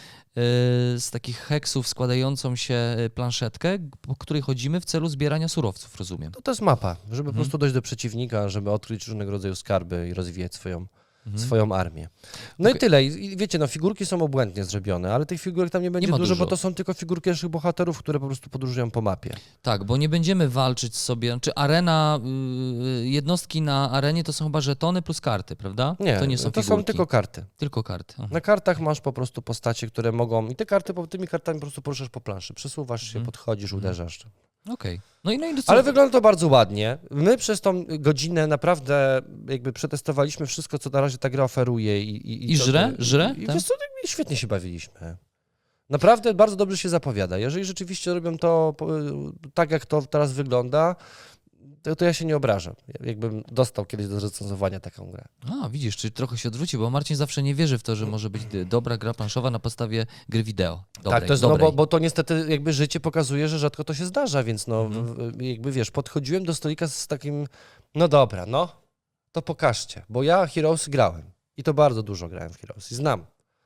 z takich heksów składającą się planszetkę, po której chodzimy w celu zbierania surowców, rozumiem. To jest mapa, żeby po prostu dojść do przeciwnika, żeby odkryć różnego rodzaju skarby i rozwijać swoją armię. No i tyle. I wiecie, no figurki są obłędnie zrobione, ale tych figurek tam nie będzie dużo, bo to są tylko figurki naszych bohaterów, które po prostu podróżują po mapie. Tak, bo nie będziemy walczyć sobie, czy arena, jednostki na arenie to są chyba żetony plus karty, prawda? Nie, to nie są to figurki. są tylko karty. Tylko karty. Na kartach masz po prostu postacie, które mogą i tymi kartami po prostu poruszasz po planszy, przesuwasz się, podchodzisz, uderzasz. Okej. No i Ale wygląda to bardzo ładnie. My przez tą godzinę naprawdę jakby przetestowaliśmy wszystko, co na razie ta gra oferuje. I żre? I wiesz co, świetnie się bawiliśmy. Naprawdę bardzo dobrze się zapowiada. Jeżeli rzeczywiście robią to tak, jak to teraz wygląda, to ja się nie obrażam. Jakbym dostał kiedyś do recenzowania taką grę. A, widzisz, czyli trochę się odwróci, bo Marcin zawsze nie wierzy w to, że może być dobra gra planszowa na podstawie gry wideo. Dobrej, tak, to jest, no bo to niestety jakby życie pokazuje, że rzadko to się zdarza, więc no jakby wiesz, podchodziłem do stolika z takim, no dobra, no to pokażcie, bo ja Heroes grałem i to bardzo dużo grałem w Heroes i znam.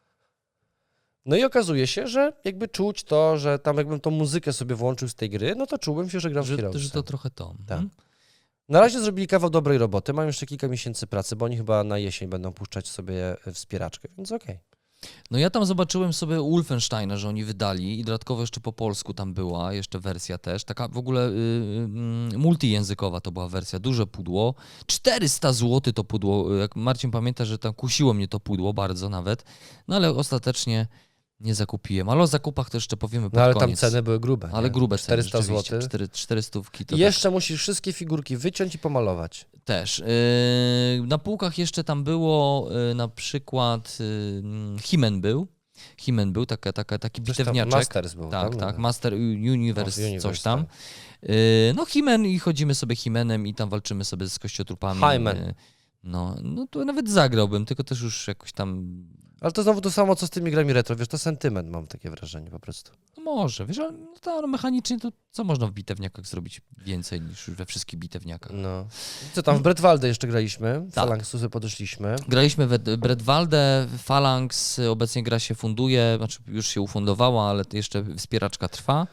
No i okazuje się, że jakby czuć to, że tam jakbym tą muzykę sobie włączył z tej gry, no to czułem się, że gram w Heroes. Że to trochę to. Tak. Na razie zrobili kawał dobrej roboty, mają jeszcze kilka miesięcy pracy, bo oni chyba na jesień będą puszczać sobie wspieraczkę, więc okej. No ja tam zobaczyłem sobie Wolfensteina, że oni wydali i dodatkowo jeszcze po polsku tam była, jeszcze wersja też, taka w ogóle multijęzykowa to była wersja, duże pudło, 400 zł to pudło, jak Marcin pamięta, że tam kusiło mnie to pudło bardzo nawet, no ale ostatecznie nie zakupiłem, ale o zakupach to jeszcze powiemy pod ale koniec. Tam ceny były grube. Ale grube ceny, 400 zł. 400 to I jeszcze musisz wszystkie figurki wyciąć i pomalować. Też. Na półkach jeszcze tam było na przykład He-Man był, taki bitewniaczek. Masters był. Tak, tam, tak, Master Universe, coś tam. Tak. No He-Man i chodzimy sobie He-Manem i tam walczymy sobie z kościotrupami. He-Man. No to nawet zagrałbym, tylko też już jakoś tam... Ale to znowu to samo, co z tymi grami retro, wiesz, to sentyment, mam takie wrażenie po prostu. No może, wiesz, ale mechanicznie to co można w bitewniakach zrobić więcej niż we wszystkich bitewniakach? No. Co tam, w Bretwaldę jeszcze graliśmy, Tak. Phalanxu sobie podeszliśmy. Graliśmy w Bretwaldę, Phalanx, obecnie gra się funduje, znaczy już się ufundowała, ale jeszcze wspieraczka trwa.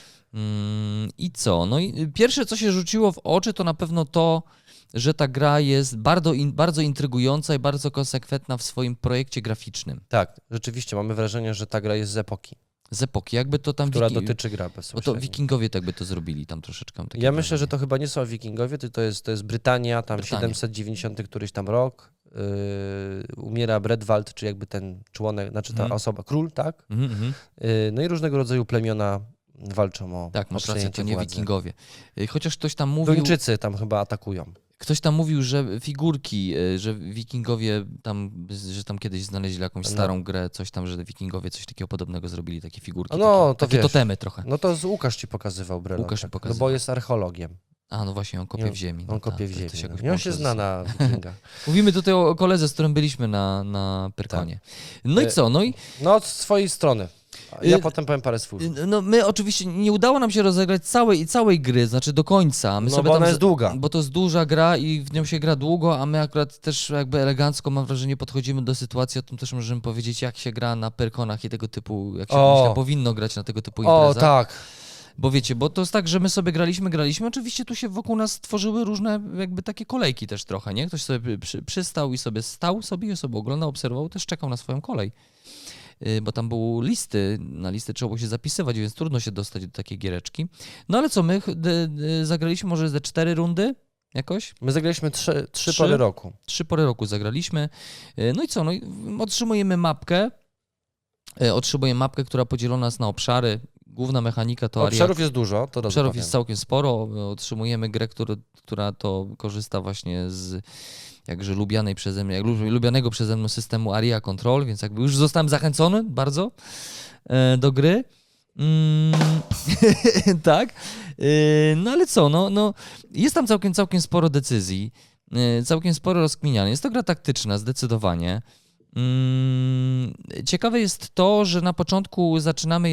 I co? No i pierwsze, co się rzuciło w oczy, to na pewno to, że ta gra jest bardzo intrygująca i bardzo konsekwentna w swoim projekcie graficznym. Tak, rzeczywiście, mamy wrażenie, że ta gra jest z epoki. Z epoki, jakby to tam... Która dotyczy gra Bo bezpośrednio. to wikingowie tak by to zrobili tam troszeczkę. Ja myślę, że to chyba nie są wikingowie, to jest Brytania, tam 790 któryś tam rok. Umiera Bredwald, czy jakby ten członek, znaczy ta osoba, król, tak? No i różnego rodzaju plemiona walczą o tak, masz rację, to nie władzy. wikingowie. Chociaż ktoś tam mówił... Duńczycy tam chyba atakują. Ktoś tam mówił, że figurki, że wikingowie tam, że tam kiedyś znaleźli jakąś starą grę, coś tam, że wikingowie coś takiego podobnego zrobili, takie figurki, no, takie totemy trochę. No to Łukasz ci pokazywał Brelon. Łukasz tak, pokazywał. No bo jest archeologiem. A, no właśnie, on kopie w ziemi. On kopie w to ziemi. jakoś I on się zna na wikingach. Mówimy tutaj o koledze, z którym byliśmy na Pyrkonie. No i co? No od swojej strony. Ja potem powiem parę słów. No my oczywiście nie udało nam się rozegrać całej gry, znaczy do końca. My bo ona jest długa. Bo to jest duża gra i w nią się gra długo, a my akurat też jakby elegancko, mam wrażenie, podchodzimy do sytuacji, o tym też możemy powiedzieć, jak się gra na Pyrkonach i tego typu, jak się myślę, powinno grać na tego typu imprezach. O, tak. Bo wiecie, bo to jest tak, że my sobie graliśmy, oczywiście tu się wokół nas tworzyły różne jakby takie kolejki też trochę, nie? Ktoś sobie przystał i sobie stał sobie i sobie oglądał, obserwował, też czekał na swoją kolej. Bo tam były listy, na listy trzeba było się zapisywać, więc trudno się dostać do takiej giereczki. No ale co, my zagraliśmy może ze 4 rundy jakoś? My zagraliśmy 3 pory roku. 3 pory roku zagraliśmy. No i co, otrzymujemy mapkę. Otrzymujemy mapkę, która podzielona jest na obszary. Główna mechanika to obszarów jest dużo, to obszarów jest całkiem sporo. Otrzymujemy grę, która to korzysta właśnie z jakże lubianego przeze mnie systemu Aria Control, więc jakby już zostałem zachęcony bardzo do gry. Tak. No ale co, jest tam całkiem sporo decyzji, całkiem sporo rozkminiania. Jest to gra taktyczna, zdecydowanie. Ciekawe jest to, że na początku zaczynamy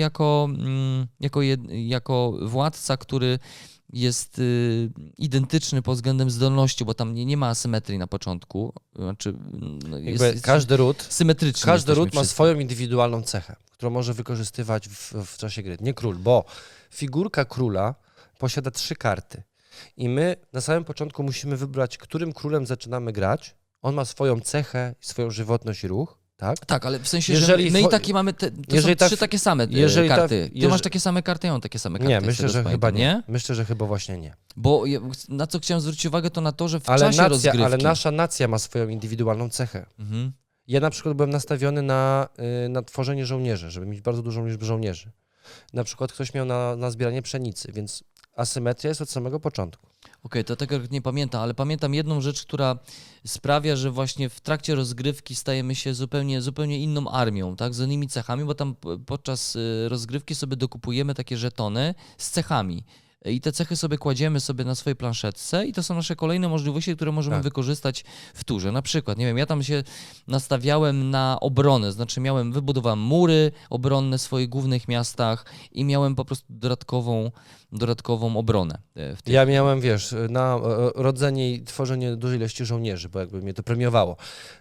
jako władca, który jest identyczny pod względem zdolności, bo tam nie ma asymetrii na początku. Znaczy, każdy ród, symetryczny. Każdy ród ma swoją indywidualną cechę, którą może wykorzystywać w czasie gry. Nie król, bo figurka króla posiada 3 karty i my na samym początku musimy wybrać, którym królem zaczynamy grać. On ma swoją cechę, swoją żywotność i ruch. Tak? Tak, ale w sensie, że my i takie mamy, to są 3 takie same karty. Ty masz takie same karty, ja mam takie same karty. Nie, myślę, że chyba nie. Myślę, że chyba właśnie nie. Bo na co chciałem zwrócić uwagę, to na to, że w czasie rozgrywki... Ale nasza nacja ma swoją indywidualną cechę. Mhm. Ja na przykład byłem nastawiony na tworzenie żołnierzy, żeby mieć bardzo dużą liczbę żołnierzy. Na przykład ktoś miał na zbieranie pszenicy, więc asymetria jest od samego początku. Okej, to tego nie pamiętam, ale pamiętam jedną rzecz, która sprawia, że właśnie w trakcie rozgrywki stajemy się zupełnie inną armią, tak, z innymi cechami, bo tam podczas rozgrywki sobie dokupujemy takie żetony z cechami. I te cechy sobie kładziemy na swojej planszetce i to są nasze kolejne możliwości, które możemy wykorzystać w turze. Na przykład, nie wiem, ja tam się nastawiałem na obronę, znaczy wybudowałem mury obronne w swoich głównych miastach i miałem po prostu dodatkową obronę. Ja miałem, na rodzenie i tworzenie dużej ilości żołnierzy, bo jakby mnie to premiowało.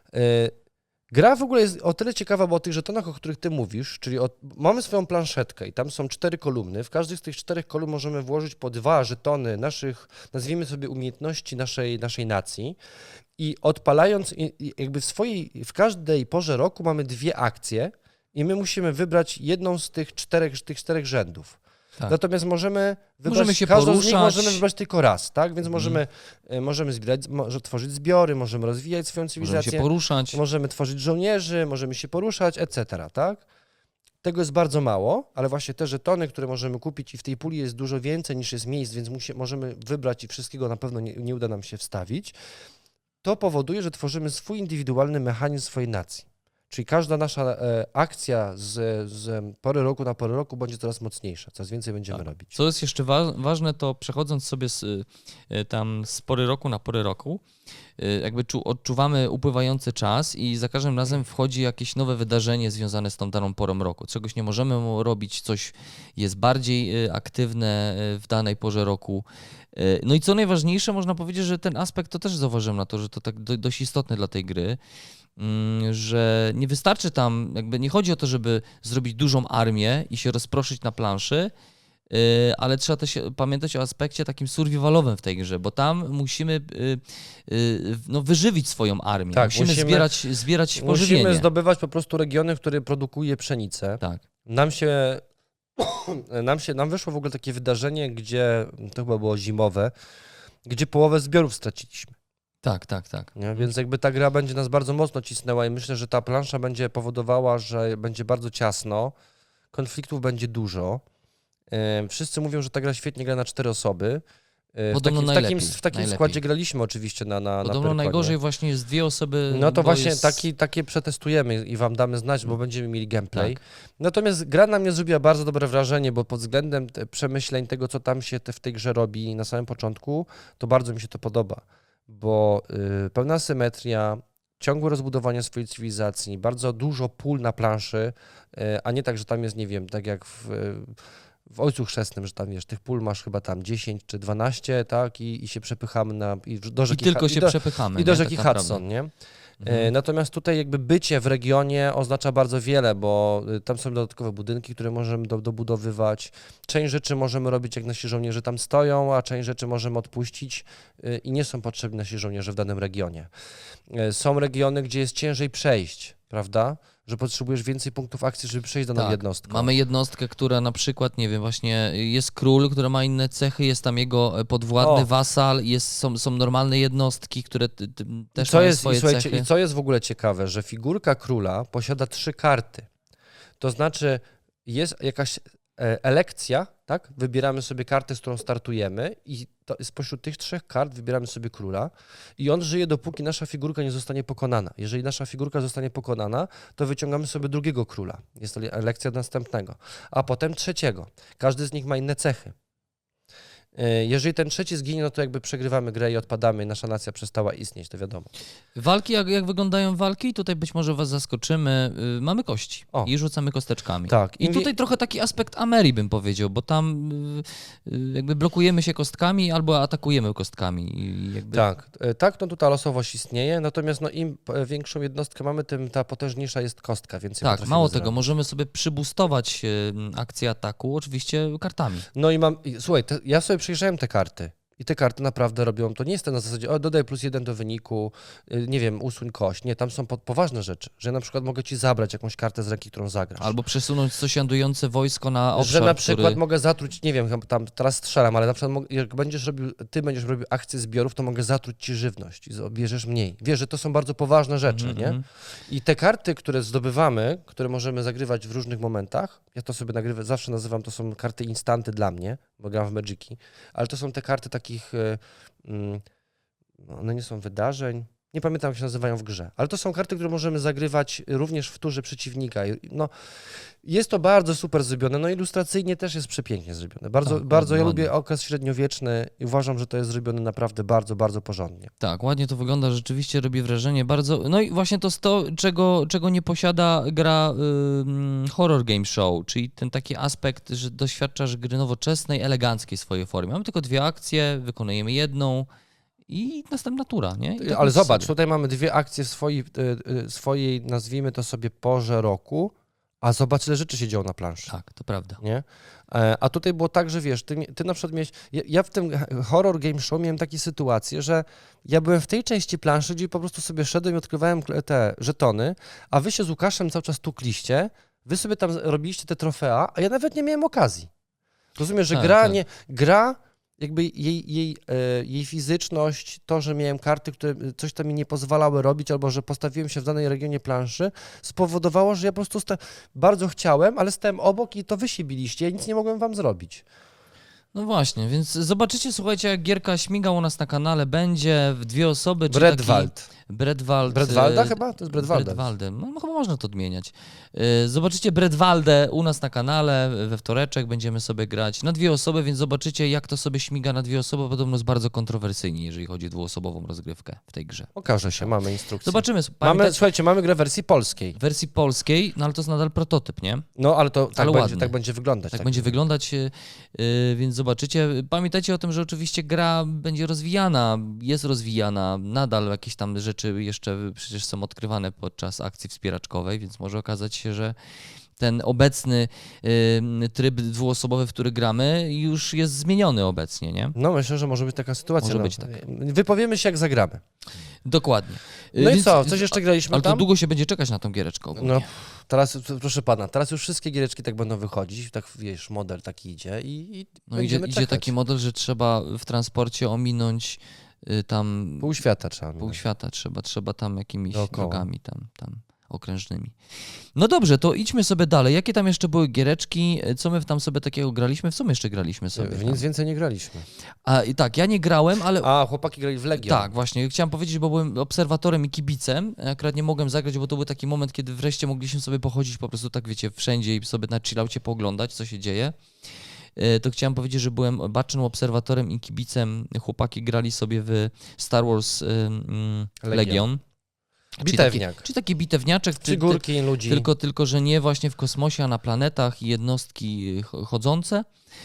Gra w ogóle jest o tyle ciekawa, bo o tych żetonach, o których ty mówisz, czyli mamy swoją planszetkę i tam są 4 kolumny. W każdej z tych 4 kolumn możemy włożyć po 2 żetony naszych, nazwijmy sobie, umiejętności naszej nacji i odpalając jakby w każdej porze roku mamy 2 akcje i my musimy wybrać jedną z tych 4 rzędów. Tak. Natomiast możemy każdą z nich możemy wybrać tylko raz, tak? Więc możemy zbierać, tworzyć zbiory, możemy rozwijać swoją cywilizację. Możemy się poruszać. Możemy tworzyć żołnierzy, możemy się poruszać, etc., tak? Tego jest bardzo mało, ale właśnie te żetony, które możemy kupić i w tej puli jest dużo więcej niż jest miejsc, więc możemy wybrać i wszystkiego na pewno nie uda nam się wstawić. To powoduje, że tworzymy swój indywidualny mechanizm swojej nacji. Czyli każda nasza akcja z pory roku na porę roku będzie coraz mocniejsza, coraz więcej będziemy robić. Co jest jeszcze ważne, to przechodząc sobie z pory roku na porę roku, jakby odczuwamy upływający czas i za każdym razem wchodzi jakieś nowe wydarzenie związane z tą daną porą roku. Czegoś nie możemy robić, coś jest bardziej aktywne w danej porze roku. No i co najważniejsze, można powiedzieć, że ten aspekt to też zauważyłem na to, że to tak dość istotne dla tej gry, że nie wystarczy tam, jakby nie chodzi o to, żeby zrobić dużą armię i się rozproszyć na planszy, ale trzeba też pamiętać o aspekcie takim survivalowym w tej grze, bo tam musimy wyżywić swoją armię, tak, musimy zbierać pożywienie. Musimy zdobywać po prostu regiony, które produkuje pszenicę. Tak. Nam wyszło w ogóle takie wydarzenie, gdzie, to chyba było zimowe, gdzie połowę zbiorów straciliśmy. Tak. Nie? Więc jakby ta gra będzie nas bardzo mocno cisnęła i myślę, że ta plansza będzie powodowała, że będzie bardzo ciasno, konfliktów będzie dużo. Wszyscy mówią, że ta gra świetnie gra na 4 osoby. Podobno w takim składzie graliśmy oczywiście na Podobno najgorzej właśnie jest 2 osoby. No to właśnie takie przetestujemy i wam damy znać, bo będziemy mieli gameplay. Tak. Natomiast gra na mnie zrobiła bardzo dobre wrażenie, bo pod względem przemyśleń tego, co tam się w tej grze robi na samym początku, to bardzo mi się to podoba, bo pełna symetria, ciągłe rozbudowanie swojej cywilizacji, bardzo dużo pól na planszy, a nie tak, że tam jest, nie wiem, tak jak w Ojcu Chrzestnym, że tam, wiesz, tych pól masz chyba tam 10 czy 12, tak, i się przepychamy do rzeki przepychamy. I do rzeki Hudson, nie? Natomiast tutaj jakby bycie w regionie oznacza bardzo wiele, bo tam są dodatkowe budynki, które możemy dobudowywać. Część rzeczy możemy robić, jak nasi żołnierze tam stoją, a część rzeczy możemy odpuścić i nie są potrzebni nasi żołnierze w danym regionie. Są regiony, gdzie jest ciężej przejść, prawda? Że potrzebujesz więcej punktów akcji, żeby przejść daną jednostkę. Mamy jednostkę, która na przykład, nie wiem, właśnie jest król, który ma inne cechy, jest tam jego podwładny wasal, są normalne jednostki, które też mają swoje cechy. I co jest w ogóle ciekawe, że figurka króla posiada 3 karty. To znaczy jest jakaś elekcja, tak? Wybieramy sobie kartę, z którą startujemy i spośród tych 3 kart wybieramy sobie króla i on żyje, dopóki nasza figurka nie zostanie pokonana. Jeżeli nasza figurka zostanie pokonana, to wyciągamy sobie drugiego króla. Jest to elekcja następnego, a potem trzeciego. Każdy z nich ma inne cechy. Jeżeli ten trzeci zginie, no to jakby przegrywamy grę i odpadamy, nasza nacja przestała istnieć, to wiadomo. Walki, jak wyglądają walki? Tutaj być może was zaskoczymy. Mamy kości i rzucamy kosteczkami. Tak. I tutaj trochę taki aspekt Amerii bym powiedział, bo tam jakby blokujemy się kostkami albo atakujemy kostkami. Tak, no tutaj losowość istnieje, natomiast no im większą jednostkę mamy, tym ta potężniejsza jest kostka, więc tak, mało tego, możemy sobie przybustować akcję ataku, oczywiście kartami. No i słuchaj, ja sobie przejrzałem te karty i te karty naprawdę robią, to nie jest to na zasadzie, dodaj +1 do wyniku, nie wiem, usuń kość. Nie, tam są poważne rzeczy, że na przykład mogę ci zabrać jakąś kartę z ręki, którą zagrasz. Albo przesunąć coś lądujące wojsko na obszar, że na przykład mogę zatruć, nie wiem, tam teraz strzelam, ale na przykład jak ty będziesz robił akcję zbiorów, to mogę zatruć ci żywność i bierzesz mniej. Wiesz, że to są bardzo poważne rzeczy, nie? I te karty, które zdobywamy, które możemy zagrywać w różnych momentach, ja to sobie zawsze nazywam, to są karty instanty dla mnie, bo gram w Magiki, ale to są te karty takich, one nie są wydarzeń, nie pamiętam jak się nazywają w grze, ale to są karty, które możemy zagrywać również w turze przeciwnika. No, jest to bardzo super zrobione, no ilustracyjnie też jest przepięknie zrobione. Bardzo ja lubię okres średniowieczny i uważam, że to jest zrobione naprawdę bardzo, bardzo porządnie. Tak, ładnie to wygląda, rzeczywiście robi wrażenie bardzo. No i właśnie to jest to, czego nie posiada gra Horror Game Show, czyli ten taki aspekt, że doświadczasz gry nowoczesnej, eleganckiej w swojej formie. Mamy tylko 2 akcje, wykonujemy jedną i następna tura, nie? Tak ale zobacz, tutaj mamy 2 akcje swojej, nazwijmy to sobie, porze roku, a zobacz, ile rzeczy się działo na planszy. Tak, to prawda. Nie? A tutaj było tak, że wiesz, ty na przykład miałeś, ja w tym Horror Game Show miałem takie sytuacje, że ja byłem w tej części planszy, gdzie po prostu sobie szedłem i odkrywałem te żetony, a wy się z Łukaszem cały czas tukliście, wy sobie tam robiliście te trofea, a ja nawet nie miałem okazji. Rozumiesz, że gra jakby jej fizyczność, to, że miałem karty, które coś tam mi nie pozwalały robić, albo że postawiłem się w danej regionie planszy, spowodowało, że ja po prostu bardzo chciałem, ale stałem obok i to wy się biliście, ja nic nie mogłem wam zrobić. No właśnie, więc zobaczycie, słuchajcie, jak gierka śmiga u nas na kanale, będzie w 2 osoby. Bredwalda chyba? To jest Bredwalda. Bredwaldem. No chyba można to odmieniać. Zobaczycie Bredwaldę u nas na kanale we wtoreczek, będziemy sobie grać na 2 osoby, więc zobaczycie, jak to sobie śmiga na 2 osoby. Podobno jest bardzo kontrowersyjnie, jeżeli chodzi o 2-osobową rozgrywkę w tej grze. Okaże się, mamy instrukcję. Zobaczymy. Słuchajcie, mamy grę w wersji polskiej. W wersji polskiej, no ale to jest nadal prototyp, nie? No ale to tak będzie wyglądać. Tak będzie wyglądać, więc zobaczycie. Pamiętajcie o tym, że oczywiście gra będzie rozwijana, jest rozwijana, nadal jakieś tam rzeczy jeszcze przecież są odkrywane podczas akcji wspieraczkowej, więc może okazać się, że ten obecny tryb 2-osobowy, w który gramy, już jest zmieniony obecnie, nie? No myślę, że może być taka sytuacja. Może być tak. Wypowiemy się, jak zagramy. Dokładnie. No i co? Coś jeszcze graliśmy ale tam? Ale to długo się będzie czekać na tą giereczkę ogólnie. No, teraz, proszę pana, teraz już wszystkie giereczki tak będą wychodzić, tak wiesz, model taki idzie i no idzie taki model, że trzeba w transporcie ominąć tam... Pół świata trzeba. Pół świata trzeba tam jakimiś drogami tam. okrężnymi. No dobrze, to idźmy sobie dalej. Jakie tam jeszcze były giereczki? Co my tam sobie takiego graliśmy? W co my jeszcze graliśmy sobie? W nic więcej nie graliśmy. I tak, ja nie grałem, ale... Chłopaki grali w Legion. Tak, właśnie. Chciałem powiedzieć, bo byłem obserwatorem i kibicem. Akurat nie mogłem zagrać, bo to był taki moment, kiedy wreszcie mogliśmy sobie pochodzić po prostu tak, wiecie, wszędzie i sobie na chillaucie pooglądać, co się dzieje. To chciałem powiedzieć, że byłem bacznym obserwatorem i kibicem. Chłopaki grali sobie w Star Wars Legion. Bitewniak. Czyli taki bitewniaczek. Figurki ludzi. Tylko, że nie właśnie w kosmosie, a na planetach i jednostki chodzące.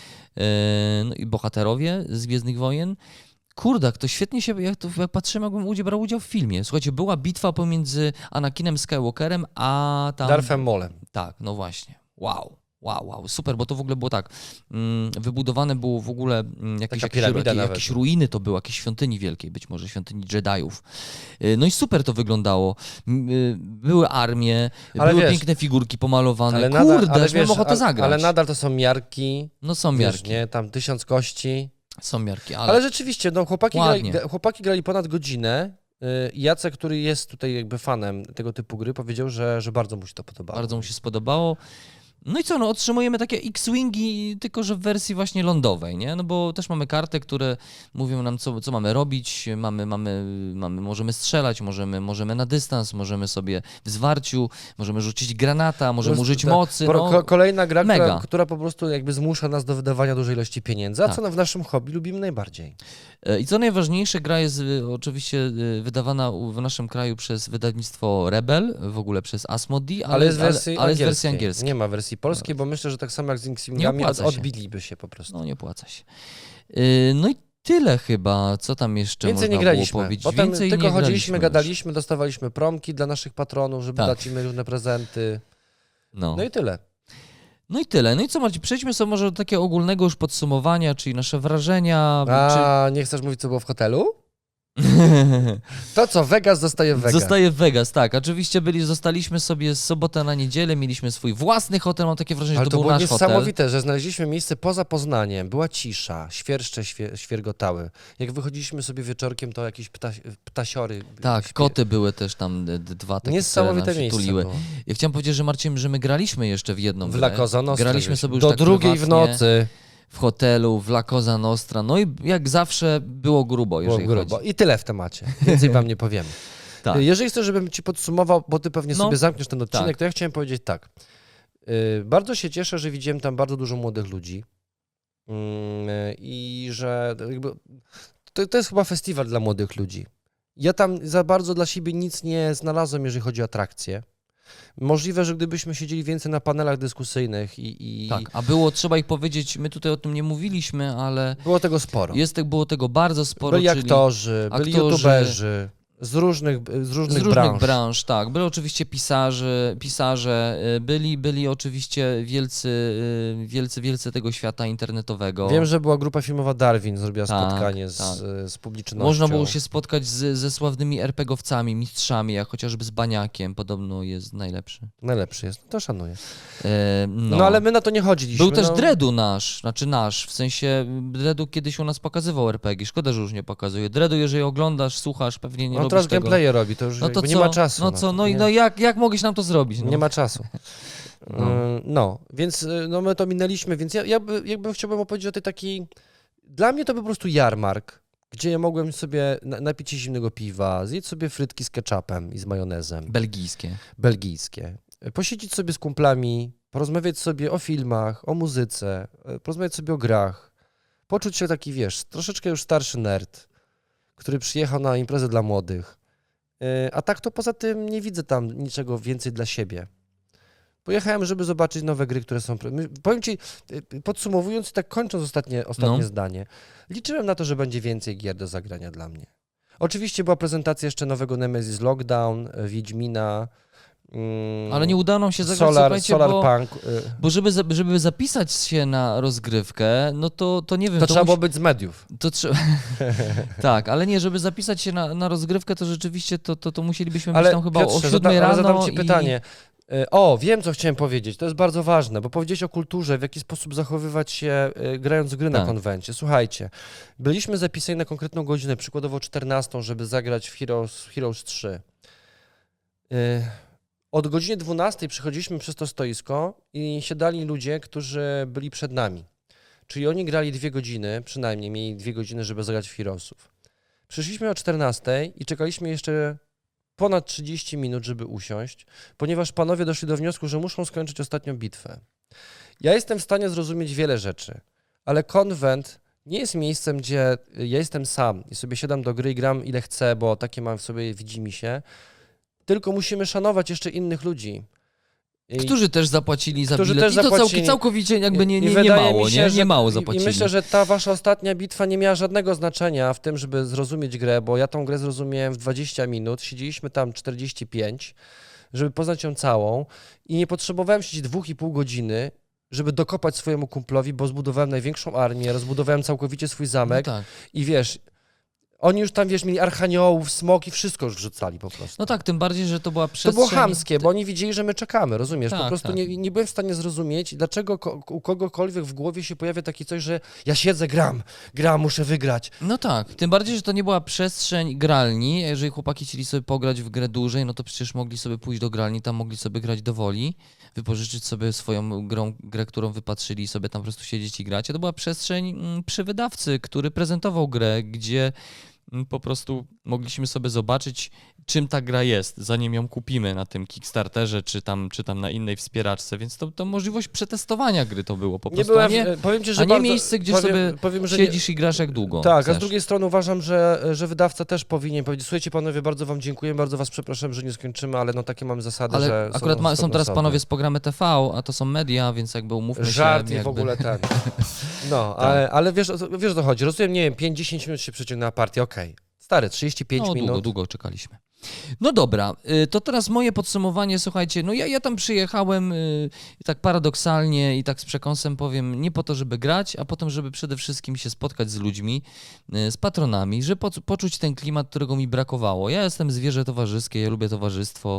No i bohaterowie z Gwiezdnych Wojen. Kurdak, to świetnie się, jak patrzyłem, jakbym brał udział w filmie. Słuchajcie, była bitwa pomiędzy Anakinem Skywalkerem a tam... Darthem Maulem. Tak, no właśnie. Wow, super, bo to w ogóle było tak, wybudowane było w ogóle jakieś ruiny to były, jakieś świątyni wielkiej, być może świątyni Jediów. No i super to wyglądało. Były armie, były piękne figurki pomalowane. Miałem ochotę zagrać. Ale nadal to są miarki. No są miarki. Nie, tam 1000 kości. Są miarki, ale rzeczywiście, no chłopaki grali ponad godzinę. Jacek, który jest tutaj jakby fanem tego typu gry, powiedział, że bardzo mu się to podobało. Bardzo mu się spodobało. No i co, no otrzymujemy takie X-Wingi, tylko że w wersji właśnie lądowej, nie? No bo też mamy karty, które mówią nam, co mamy robić, możemy strzelać, możemy na dystans, możemy sobie w zwarciu, możemy rzucić granata, możemy użyć mocy. Kolejna gra, która po prostu jakby zmusza nas do wydawania dużej ilości pieniędzy, a co w naszym hobby lubimy najbardziej. I co najważniejsze, gra jest oczywiście wydawana w naszym kraju przez wydawnictwo Rebel, w ogóle przez Asmodee, ale jest wersja angielska. Nie ma wersji polskiej, bo myślę, że tak samo jak z X-Wingami odbiliby się po prostu. No nie opłaca się. No i tyle chyba, co tam jeszcze Więcej można nie graliśmy. było powiedzieć. Potem Więcej tylko nie chodziliśmy, gadaliśmy, dostawaliśmy promki dla naszych patronów, żeby dać im różne prezenty. No i tyle. No i co, Marcin, przejdźmy sobie może do takiego ogólnego już podsumowania, czyli nasze wrażenia. Nie chcesz mówić, co było w hotelu? To co, Vegas zostaje w Vegas. Zostaje w Vegas, tak. Oczywiście zostaliśmy sobie z soboty na niedzielę, mieliśmy swój własny hotel, mam takie wrażenie, że to był nasz hotel. Ale to było niesamowite, że znaleźliśmy miejsce poza Poznaniem, była cisza, świerszcze świergotały. Jak wychodziliśmy sobie wieczorkiem, to jakieś ptasiory. Tak, koty były też tam dwa takie, niesamowite miejsce tuliły. Było. Ja chciałem powiedzieć, że Marcin, że my graliśmy jeszcze w jedną grę. W La Cosa Nostra. Graliśmy sobie już do tak drugiej w nocy. W hotelu, w La Cosa Nostra, no i jak zawsze było grubo, jeżeli chodzi. I tyle w temacie, więcej wam nie powiemy. Tak. Jeżeli chcesz, żebym ci podsumował, bo ty pewnie sobie zamkniesz ten odcinek, to ja chciałem powiedzieć tak. Bardzo się cieszę, że widziałem tam bardzo dużo młodych ludzi i że jakby, to jest chyba festiwal dla młodych ludzi. Ja tam za bardzo dla siebie nic nie znalazłem, jeżeli chodzi o atrakcje. Możliwe, że gdybyśmy siedzieli więcej na panelach dyskusyjnych Tak, a było, trzeba ich powiedzieć, my tutaj o tym nie mówiliśmy, ale... Było tego sporo. Było tego bardzo sporo, byli aktorzy, byli youtuberzy. Z różnych branż. Tak. Byli oczywiście pisarze, byli oczywiście wielcy tego świata internetowego. Wiem, że była grupa filmowa Darwin, zrobiła spotkanie z publicznością. Można było się spotkać ze sławnymi RPG-owcami, mistrzami, jak chociażby z Baniakiem, podobno jest najlepszy. Najlepszy jest, to szanuję. No ale my na to nie chodziliśmy. Był też Dredu nasz, w sensie Dredu kiedyś u nas pokazywał RPG, szkoda, że już nie pokazuje. Dredu, jeżeli oglądasz, słuchasz, pewnie nie teraz gameplaye robi, to już nie ma czasu. Jak mogłeś nam to zrobić? Nie ma czasu. Więc my to minęliśmy, więc ja chciałbym opowiedzieć o tej takiej... Dla mnie to był po prostu jarmark, gdzie ja mogłem sobie napić się zimnego piwa, zjeść sobie frytki z ketchupem i z majonezem. Belgijskie. Posiedzieć sobie z kumplami, porozmawiać sobie o filmach, o muzyce, porozmawiać sobie o grach. Poczuć się taki, troszeczkę już starszy nerd, który przyjechał na imprezę dla młodych. A tak to poza tym nie widzę tam niczego więcej dla siebie. Pojechałem, żeby zobaczyć nowe gry, które są... Powiem ci, podsumowując i tak kończąc ostatnie zdanie, liczyłem na to, że będzie więcej gier do zagrania dla mnie. Oczywiście była prezentacja jeszcze nowego Nemesis Lockdown, Wiedźmina, ale nie udało nam się zagrać, Solarpunk. Bo żeby zapisać się na rozgrywkę, no to nie wiem... To trzeba było być z mediów. Tak, ale nie, żeby zapisać się na rozgrywkę, to rzeczywiście to musielibyśmy być tam chyba o 7 rano. Ale zadam ci pytanie. Wiem, co chciałem powiedzieć. To jest bardzo ważne, bo powiedziałeś o kulturze, w jaki sposób zachowywać się grając gry na konwencie. Słuchajcie, byliśmy zapisani na konkretną godzinę, przykładowo 14, żeby zagrać w Heroes 3. od godziny 12 przychodziliśmy przez to stoisko i siadali ludzie, którzy byli przed nami. Czyli oni grali 2 godziny, przynajmniej mieli 2 godziny, żeby zagrać w Heroesów. Przyszliśmy o 14 i czekaliśmy jeszcze ponad 30 minut, żeby usiąść, ponieważ panowie doszli do wniosku, że muszą skończyć ostatnią bitwę. Ja jestem w stanie zrozumieć wiele rzeczy, ale konwent nie jest miejscem, gdzie ja jestem sam i sobie siadam do gry i gram ile chcę, bo takie mam w sobie widzimisię, tylko musimy szanować jeszcze innych ludzi. Którzy też zapłacili za Którzy bilet. też I to zapłacili. całkowicie jakby nie wydaje mało, mi się, nie mało zapłacili. I myślę, że ta wasza ostatnia bitwa nie miała żadnego znaczenia w tym, żeby zrozumieć grę, bo ja tą grę zrozumiałem w 20 minut, siedzieliśmy tam 45, żeby poznać ją całą i nie potrzebowałem siedzieć 2,5 godziny, żeby dokopać swojemu kumplowi, bo zbudowałem największą armię, rozbudowałem całkowicie swój zamek i wiesz... Oni już tam, mieli archaniołów, smoki, wszystko już wrzucali po prostu. No tak, tym bardziej, że to była przestrzeń... To było chamskie, bo oni widzieli, że my czekamy, rozumiesz? Tak, po prostu tak. nie byłem w stanie zrozumieć, dlaczego u kogokolwiek w głowie się pojawia takie coś, że ja siedzę, gram, muszę wygrać. No tak, tym bardziej, że to nie była przestrzeń gralni. Jeżeli chłopaki chcieli sobie pograć w grę dłużej, no to przecież mogli sobie pójść do gralni, tam mogli sobie grać do woli, wypożyczyć sobie swoją grę, którą wypatrzyli i sobie tam po prostu siedzieć i grać. A to była przestrzeń przy wydawcy, który prezentował grę, gdzie po prostu mogliśmy sobie zobaczyć, czym ta gra jest, zanim ją kupimy na tym Kickstarterze, czy tam na innej wspieraczce, więc to możliwość przetestowania gry to było po prostu, powiem ci, że a nie miejsce, gdzie powiem, że siedzisz i grasz jak długo Tak, chcesz. A z drugiej strony uważam, że wydawca też powinien powiedzieć, słuchajcie panowie, bardzo wam dziękuję, bardzo was przepraszam, że nie skończymy, ale no takie mamy zasady, ale że akurat są teraz osoby. panowie z Programy TV, a to są media, więc jakby umówmy się. Żart i w ogóle ten. No, tak. ale wiesz o co chodzi, rozumiem, nie wiem, 5-10 minut się przeciągnęła partia, okej. Stary, 35 minut. Długo czekaliśmy. No dobra, to teraz moje podsumowanie, słuchajcie, no ja tam przyjechałem tak paradoksalnie i tak z przekąsem powiem, nie po to, żeby grać, a po to, żeby przede wszystkim się spotkać z ludźmi, z patronami, żeby poczuć ten klimat, którego mi brakowało. Ja jestem zwierzę towarzyskie, ja lubię towarzystwo,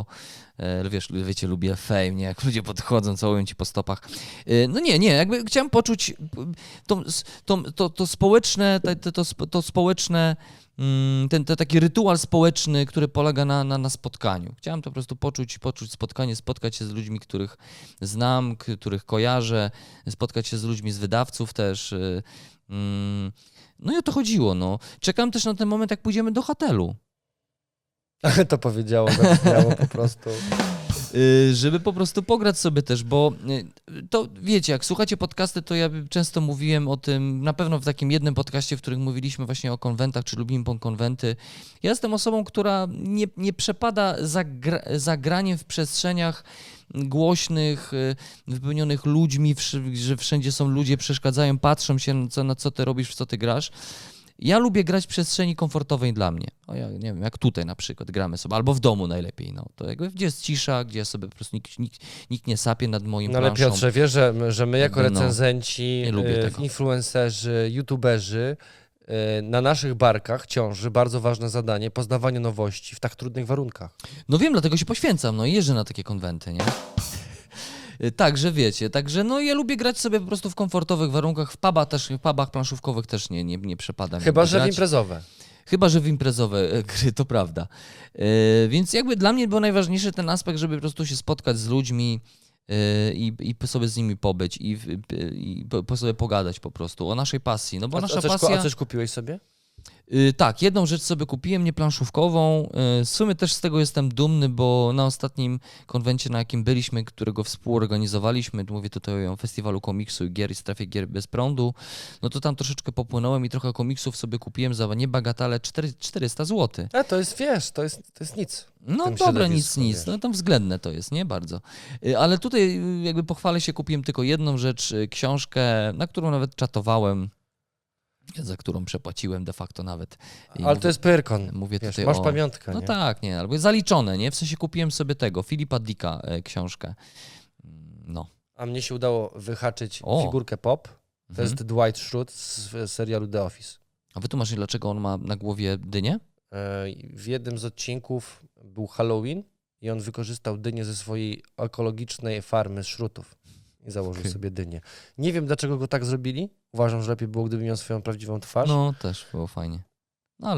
wiecie, lubię fame, nie? Jak ludzie podchodzą, całują ci po stopach. No nie, jakby chciałem poczuć to społeczne, to społeczne, ten taki rytuał społeczny, który polega na spotkaniu. Chciałem to po prostu poczuć spotkanie, spotkać się z ludźmi, których znam, których kojarzę, spotkać się z ludźmi z wydawców też. No i o to chodziło. No. Czekam też na ten moment, jak pójdziemy do hotelu. To powiedziało, zabrzmiało po prostu. Żeby po prostu pograć sobie też, bo to wiecie, jak słuchacie podcasty, to ja często mówiłem o tym, na pewno w takim jednym podcaście, w którym mówiliśmy właśnie o konwentach, czy lubimy konwenty. Ja jestem osobą, która nie przepada za graniem w przestrzeniach głośnych, wypełnionych ludźmi, że wszędzie są ludzie, przeszkadzają, patrzą się na co ty robisz, w co ty grasz. Ja lubię grać w przestrzeni komfortowej dla mnie. Ja nie wiem, jak tutaj na przykład gramy sobie, albo w domu najlepiej. No. To jakby, gdzie jest cisza, gdzie sobie po prostu nikt nie sapie nad moim planszą. Ale Piotrze, wiesz, że my jako recenzenci, influencerzy, youtuberzy, na naszych barkach ciąży bardzo ważne zadanie poznawanie nowości w tak trudnych warunkach. No wiem, dlatego się poświęcam, no i jeżdżę na takie konwenty, nie? Także wiecie, no ja lubię grać sobie po prostu w komfortowych warunkach, w pubach planszówkowych też nie przepadam. Chyba, że w imprezowe. Chyba, że w imprezowe gry, to prawda. Więc jakby dla mnie był najważniejszy ten aspekt, żeby po prostu się spotkać z ludźmi i sobie z nimi pobyć i sobie pogadać po prostu o naszej pasji. No bo nasza pasja... A coś kupiłeś sobie? Tak, jedną rzecz sobie kupiłem, nie planszówkową. W sumie też z tego jestem dumny, bo na ostatnim konwencie, na jakim byliśmy, którego współorganizowaliśmy, mówię tutaj o Festiwalu Komiksu i Gier i Strefie Gier Bez Prądu, no to tam troszeczkę popłynąłem i trochę komiksów sobie kupiłem za niebagatele 400 zł. A to jest, wiesz, to jest nic. No dobra, nic, no tam względne to jest, nie bardzo. Ale tutaj jakby pochwalę się, kupiłem tylko jedną rzecz, książkę, na którą nawet czatowałem, za którą przepłaciłem de facto nawet. Ale to jest Pyrkon. Mówię wiesz, tutaj masz pamiątkę, no nie? Tak, nie, albo zaliczone, nie? W sensie kupiłem sobie tego, Philipa Dicka książkę. No. A mnie się udało wyhaczyć figurkę Pop. To jest Dwight Schrute z serialu The Office. A wytłumacz, dlaczego on ma na głowie dynię? W jednym z odcinków był Halloween i on wykorzystał dynię ze swojej ekologicznej farmy z Schrutów i założył sobie dynię. Nie wiem, dlaczego go tak zrobili. Uważam, że lepiej było, gdyby miał swoją prawdziwą twarz. No, też było fajnie. No,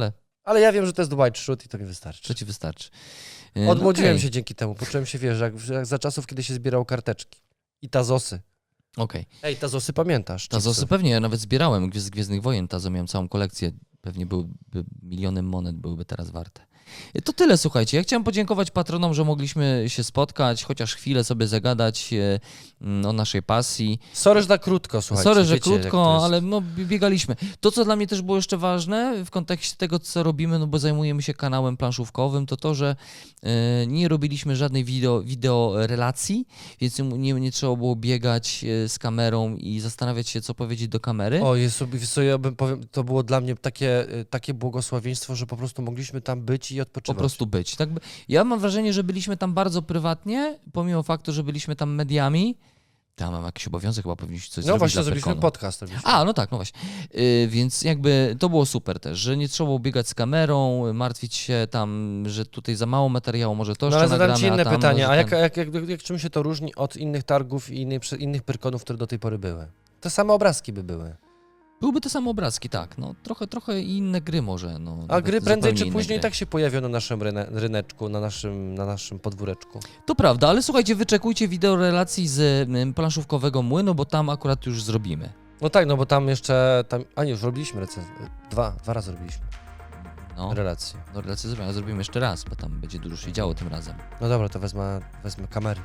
Ale ja wiem, że to jest white shoot i to mi wystarczy. To ci wystarczy. Odmłodziłem się dzięki temu. Poczułem się, wiesz, jak za czasów, kiedy się zbierało karteczki. I tazosy. Okej. Ej, tazosy pamiętasz? Tazosy pewnie, ja nawet zbierałem z Gwiezdnych Wojen Tazo, miałem całą kolekcję. Pewnie byłyby miliony monet, byłyby teraz warte. To tyle, słuchajcie. Ja chciałem podziękować patronom, że mogliśmy się spotkać, chociaż chwilę sobie zagadać o naszej pasji. Sorry, że tak krótko, słuchajcie. Sorry, że wiecie, krótko, ale no, biegaliśmy. To, co dla mnie też było jeszcze ważne w kontekście tego, co robimy, no bo zajmujemy się kanałem planszówkowym, to, że nie robiliśmy żadnej wideo relacji, więc nie trzeba było biegać z kamerą i zastanawiać się, co powiedzieć do kamery. O Jezu, co ja bym powiem, to było dla mnie takie błogosławieństwo, że po prostu mogliśmy tam być i odpoczywać. Po prostu być. Tak, ja mam wrażenie, że byliśmy tam bardzo prywatnie, pomimo faktu, że byliśmy tam mediami. Tam mam jakiś obowiązek, chyba powinniśmy coś zrobić. No właśnie, dla zrobiliśmy Pyrkonu. podcast. No tak, no właśnie. Więc jakby to było super też, że nie trzeba było biegać z kamerą, martwić się tam, że tutaj za mało materiału, może to jeszcze ale zadam nagramy, ci inne tam, pytanie, może jak czym się to różni od innych targów i innych Pyrkonów, które do tej pory były? Te same obrazki by były. Byłyby te same obrazki, tak. No, trochę inne gry może. No, a gry prędzej czy później gry. tak się pojawią na naszym ryneczku, na naszym podwóreczku. To prawda, ale słuchajcie, wyczekujcie wideo relacji z planszówkowego młynu, bo tam akurat już zrobimy. No tak, no bo tam jeszcze, już robiliśmy recenzję. Dwa razy robiliśmy relacje. No relacje zrobimy jeszcze raz, bo tam będzie dużo się działo tym razem. No dobra, to wezmę kamery.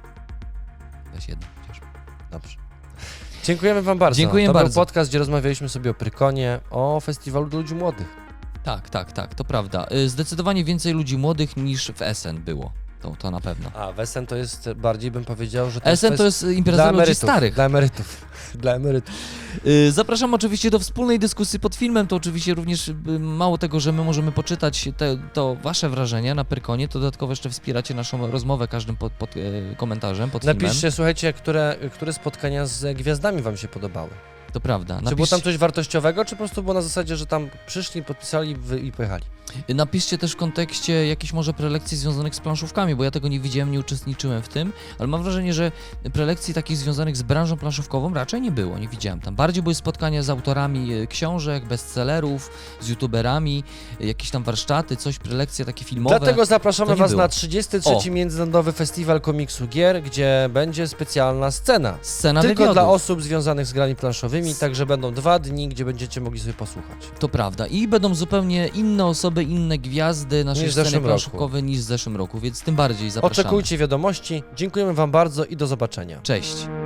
Weź jedno chociaż. Dobrze. Dziękujemy wam bardzo. Dziękuję bardzo. To był podcast, gdzie rozmawialiśmy sobie o Pyrkonie, o festiwalu dla ludzi młodych. Tak, to prawda. Zdecydowanie więcej ludzi młodych niż w Essen było. To na pewno. A w Essen to jest bardziej, bym powiedział, że to Essen to jest impreza dla ludzi emerytów, starych. Dla emerytów. Zapraszam oczywiście do wspólnej dyskusji pod filmem. To oczywiście również mało tego, że my możemy poczytać to wasze wrażenia na Pyrkonie, to dodatkowo jeszcze wspieracie naszą rozmowę każdym pod komentarzem, pod filmem. Napiszcie, słuchajcie, które spotkania z gwiazdami wam się podobały. To prawda. Czy było tam coś wartościowego, czy po prostu było na zasadzie, że tam przyszli, podpisali i pojechali? Napiszcie też w kontekście jakichś może prelekcji związanych z planszówkami, bo ja tego nie widziałem, nie uczestniczyłem w tym, ale mam wrażenie, że prelekcji takich związanych z branżą planszówkową raczej nie było, nie widziałem tam. Bardziej były spotkania z autorami książek, bestsellerów, z youtuberami, jakieś tam warsztaty, coś, prelekcje takie filmowe. Dlatego zapraszamy was było. na 33. Międzynarodowy Festiwal Komiksu Gier, gdzie będzie specjalna scena. Scena Tylko wywiadów. dla osób związanych z grami planszowymi, także będą 2 dni, gdzie będziecie mogli sobie posłuchać. To prawda. I będą zupełnie inne osoby, inne gwiazdy naszej Niż w sceny zeszłym planszówkowej niż w zeszłym roku, więc tym bardziej zapraszamy. Oczekujcie wiadomości. Dziękujemy wam bardzo i do zobaczenia. Cześć.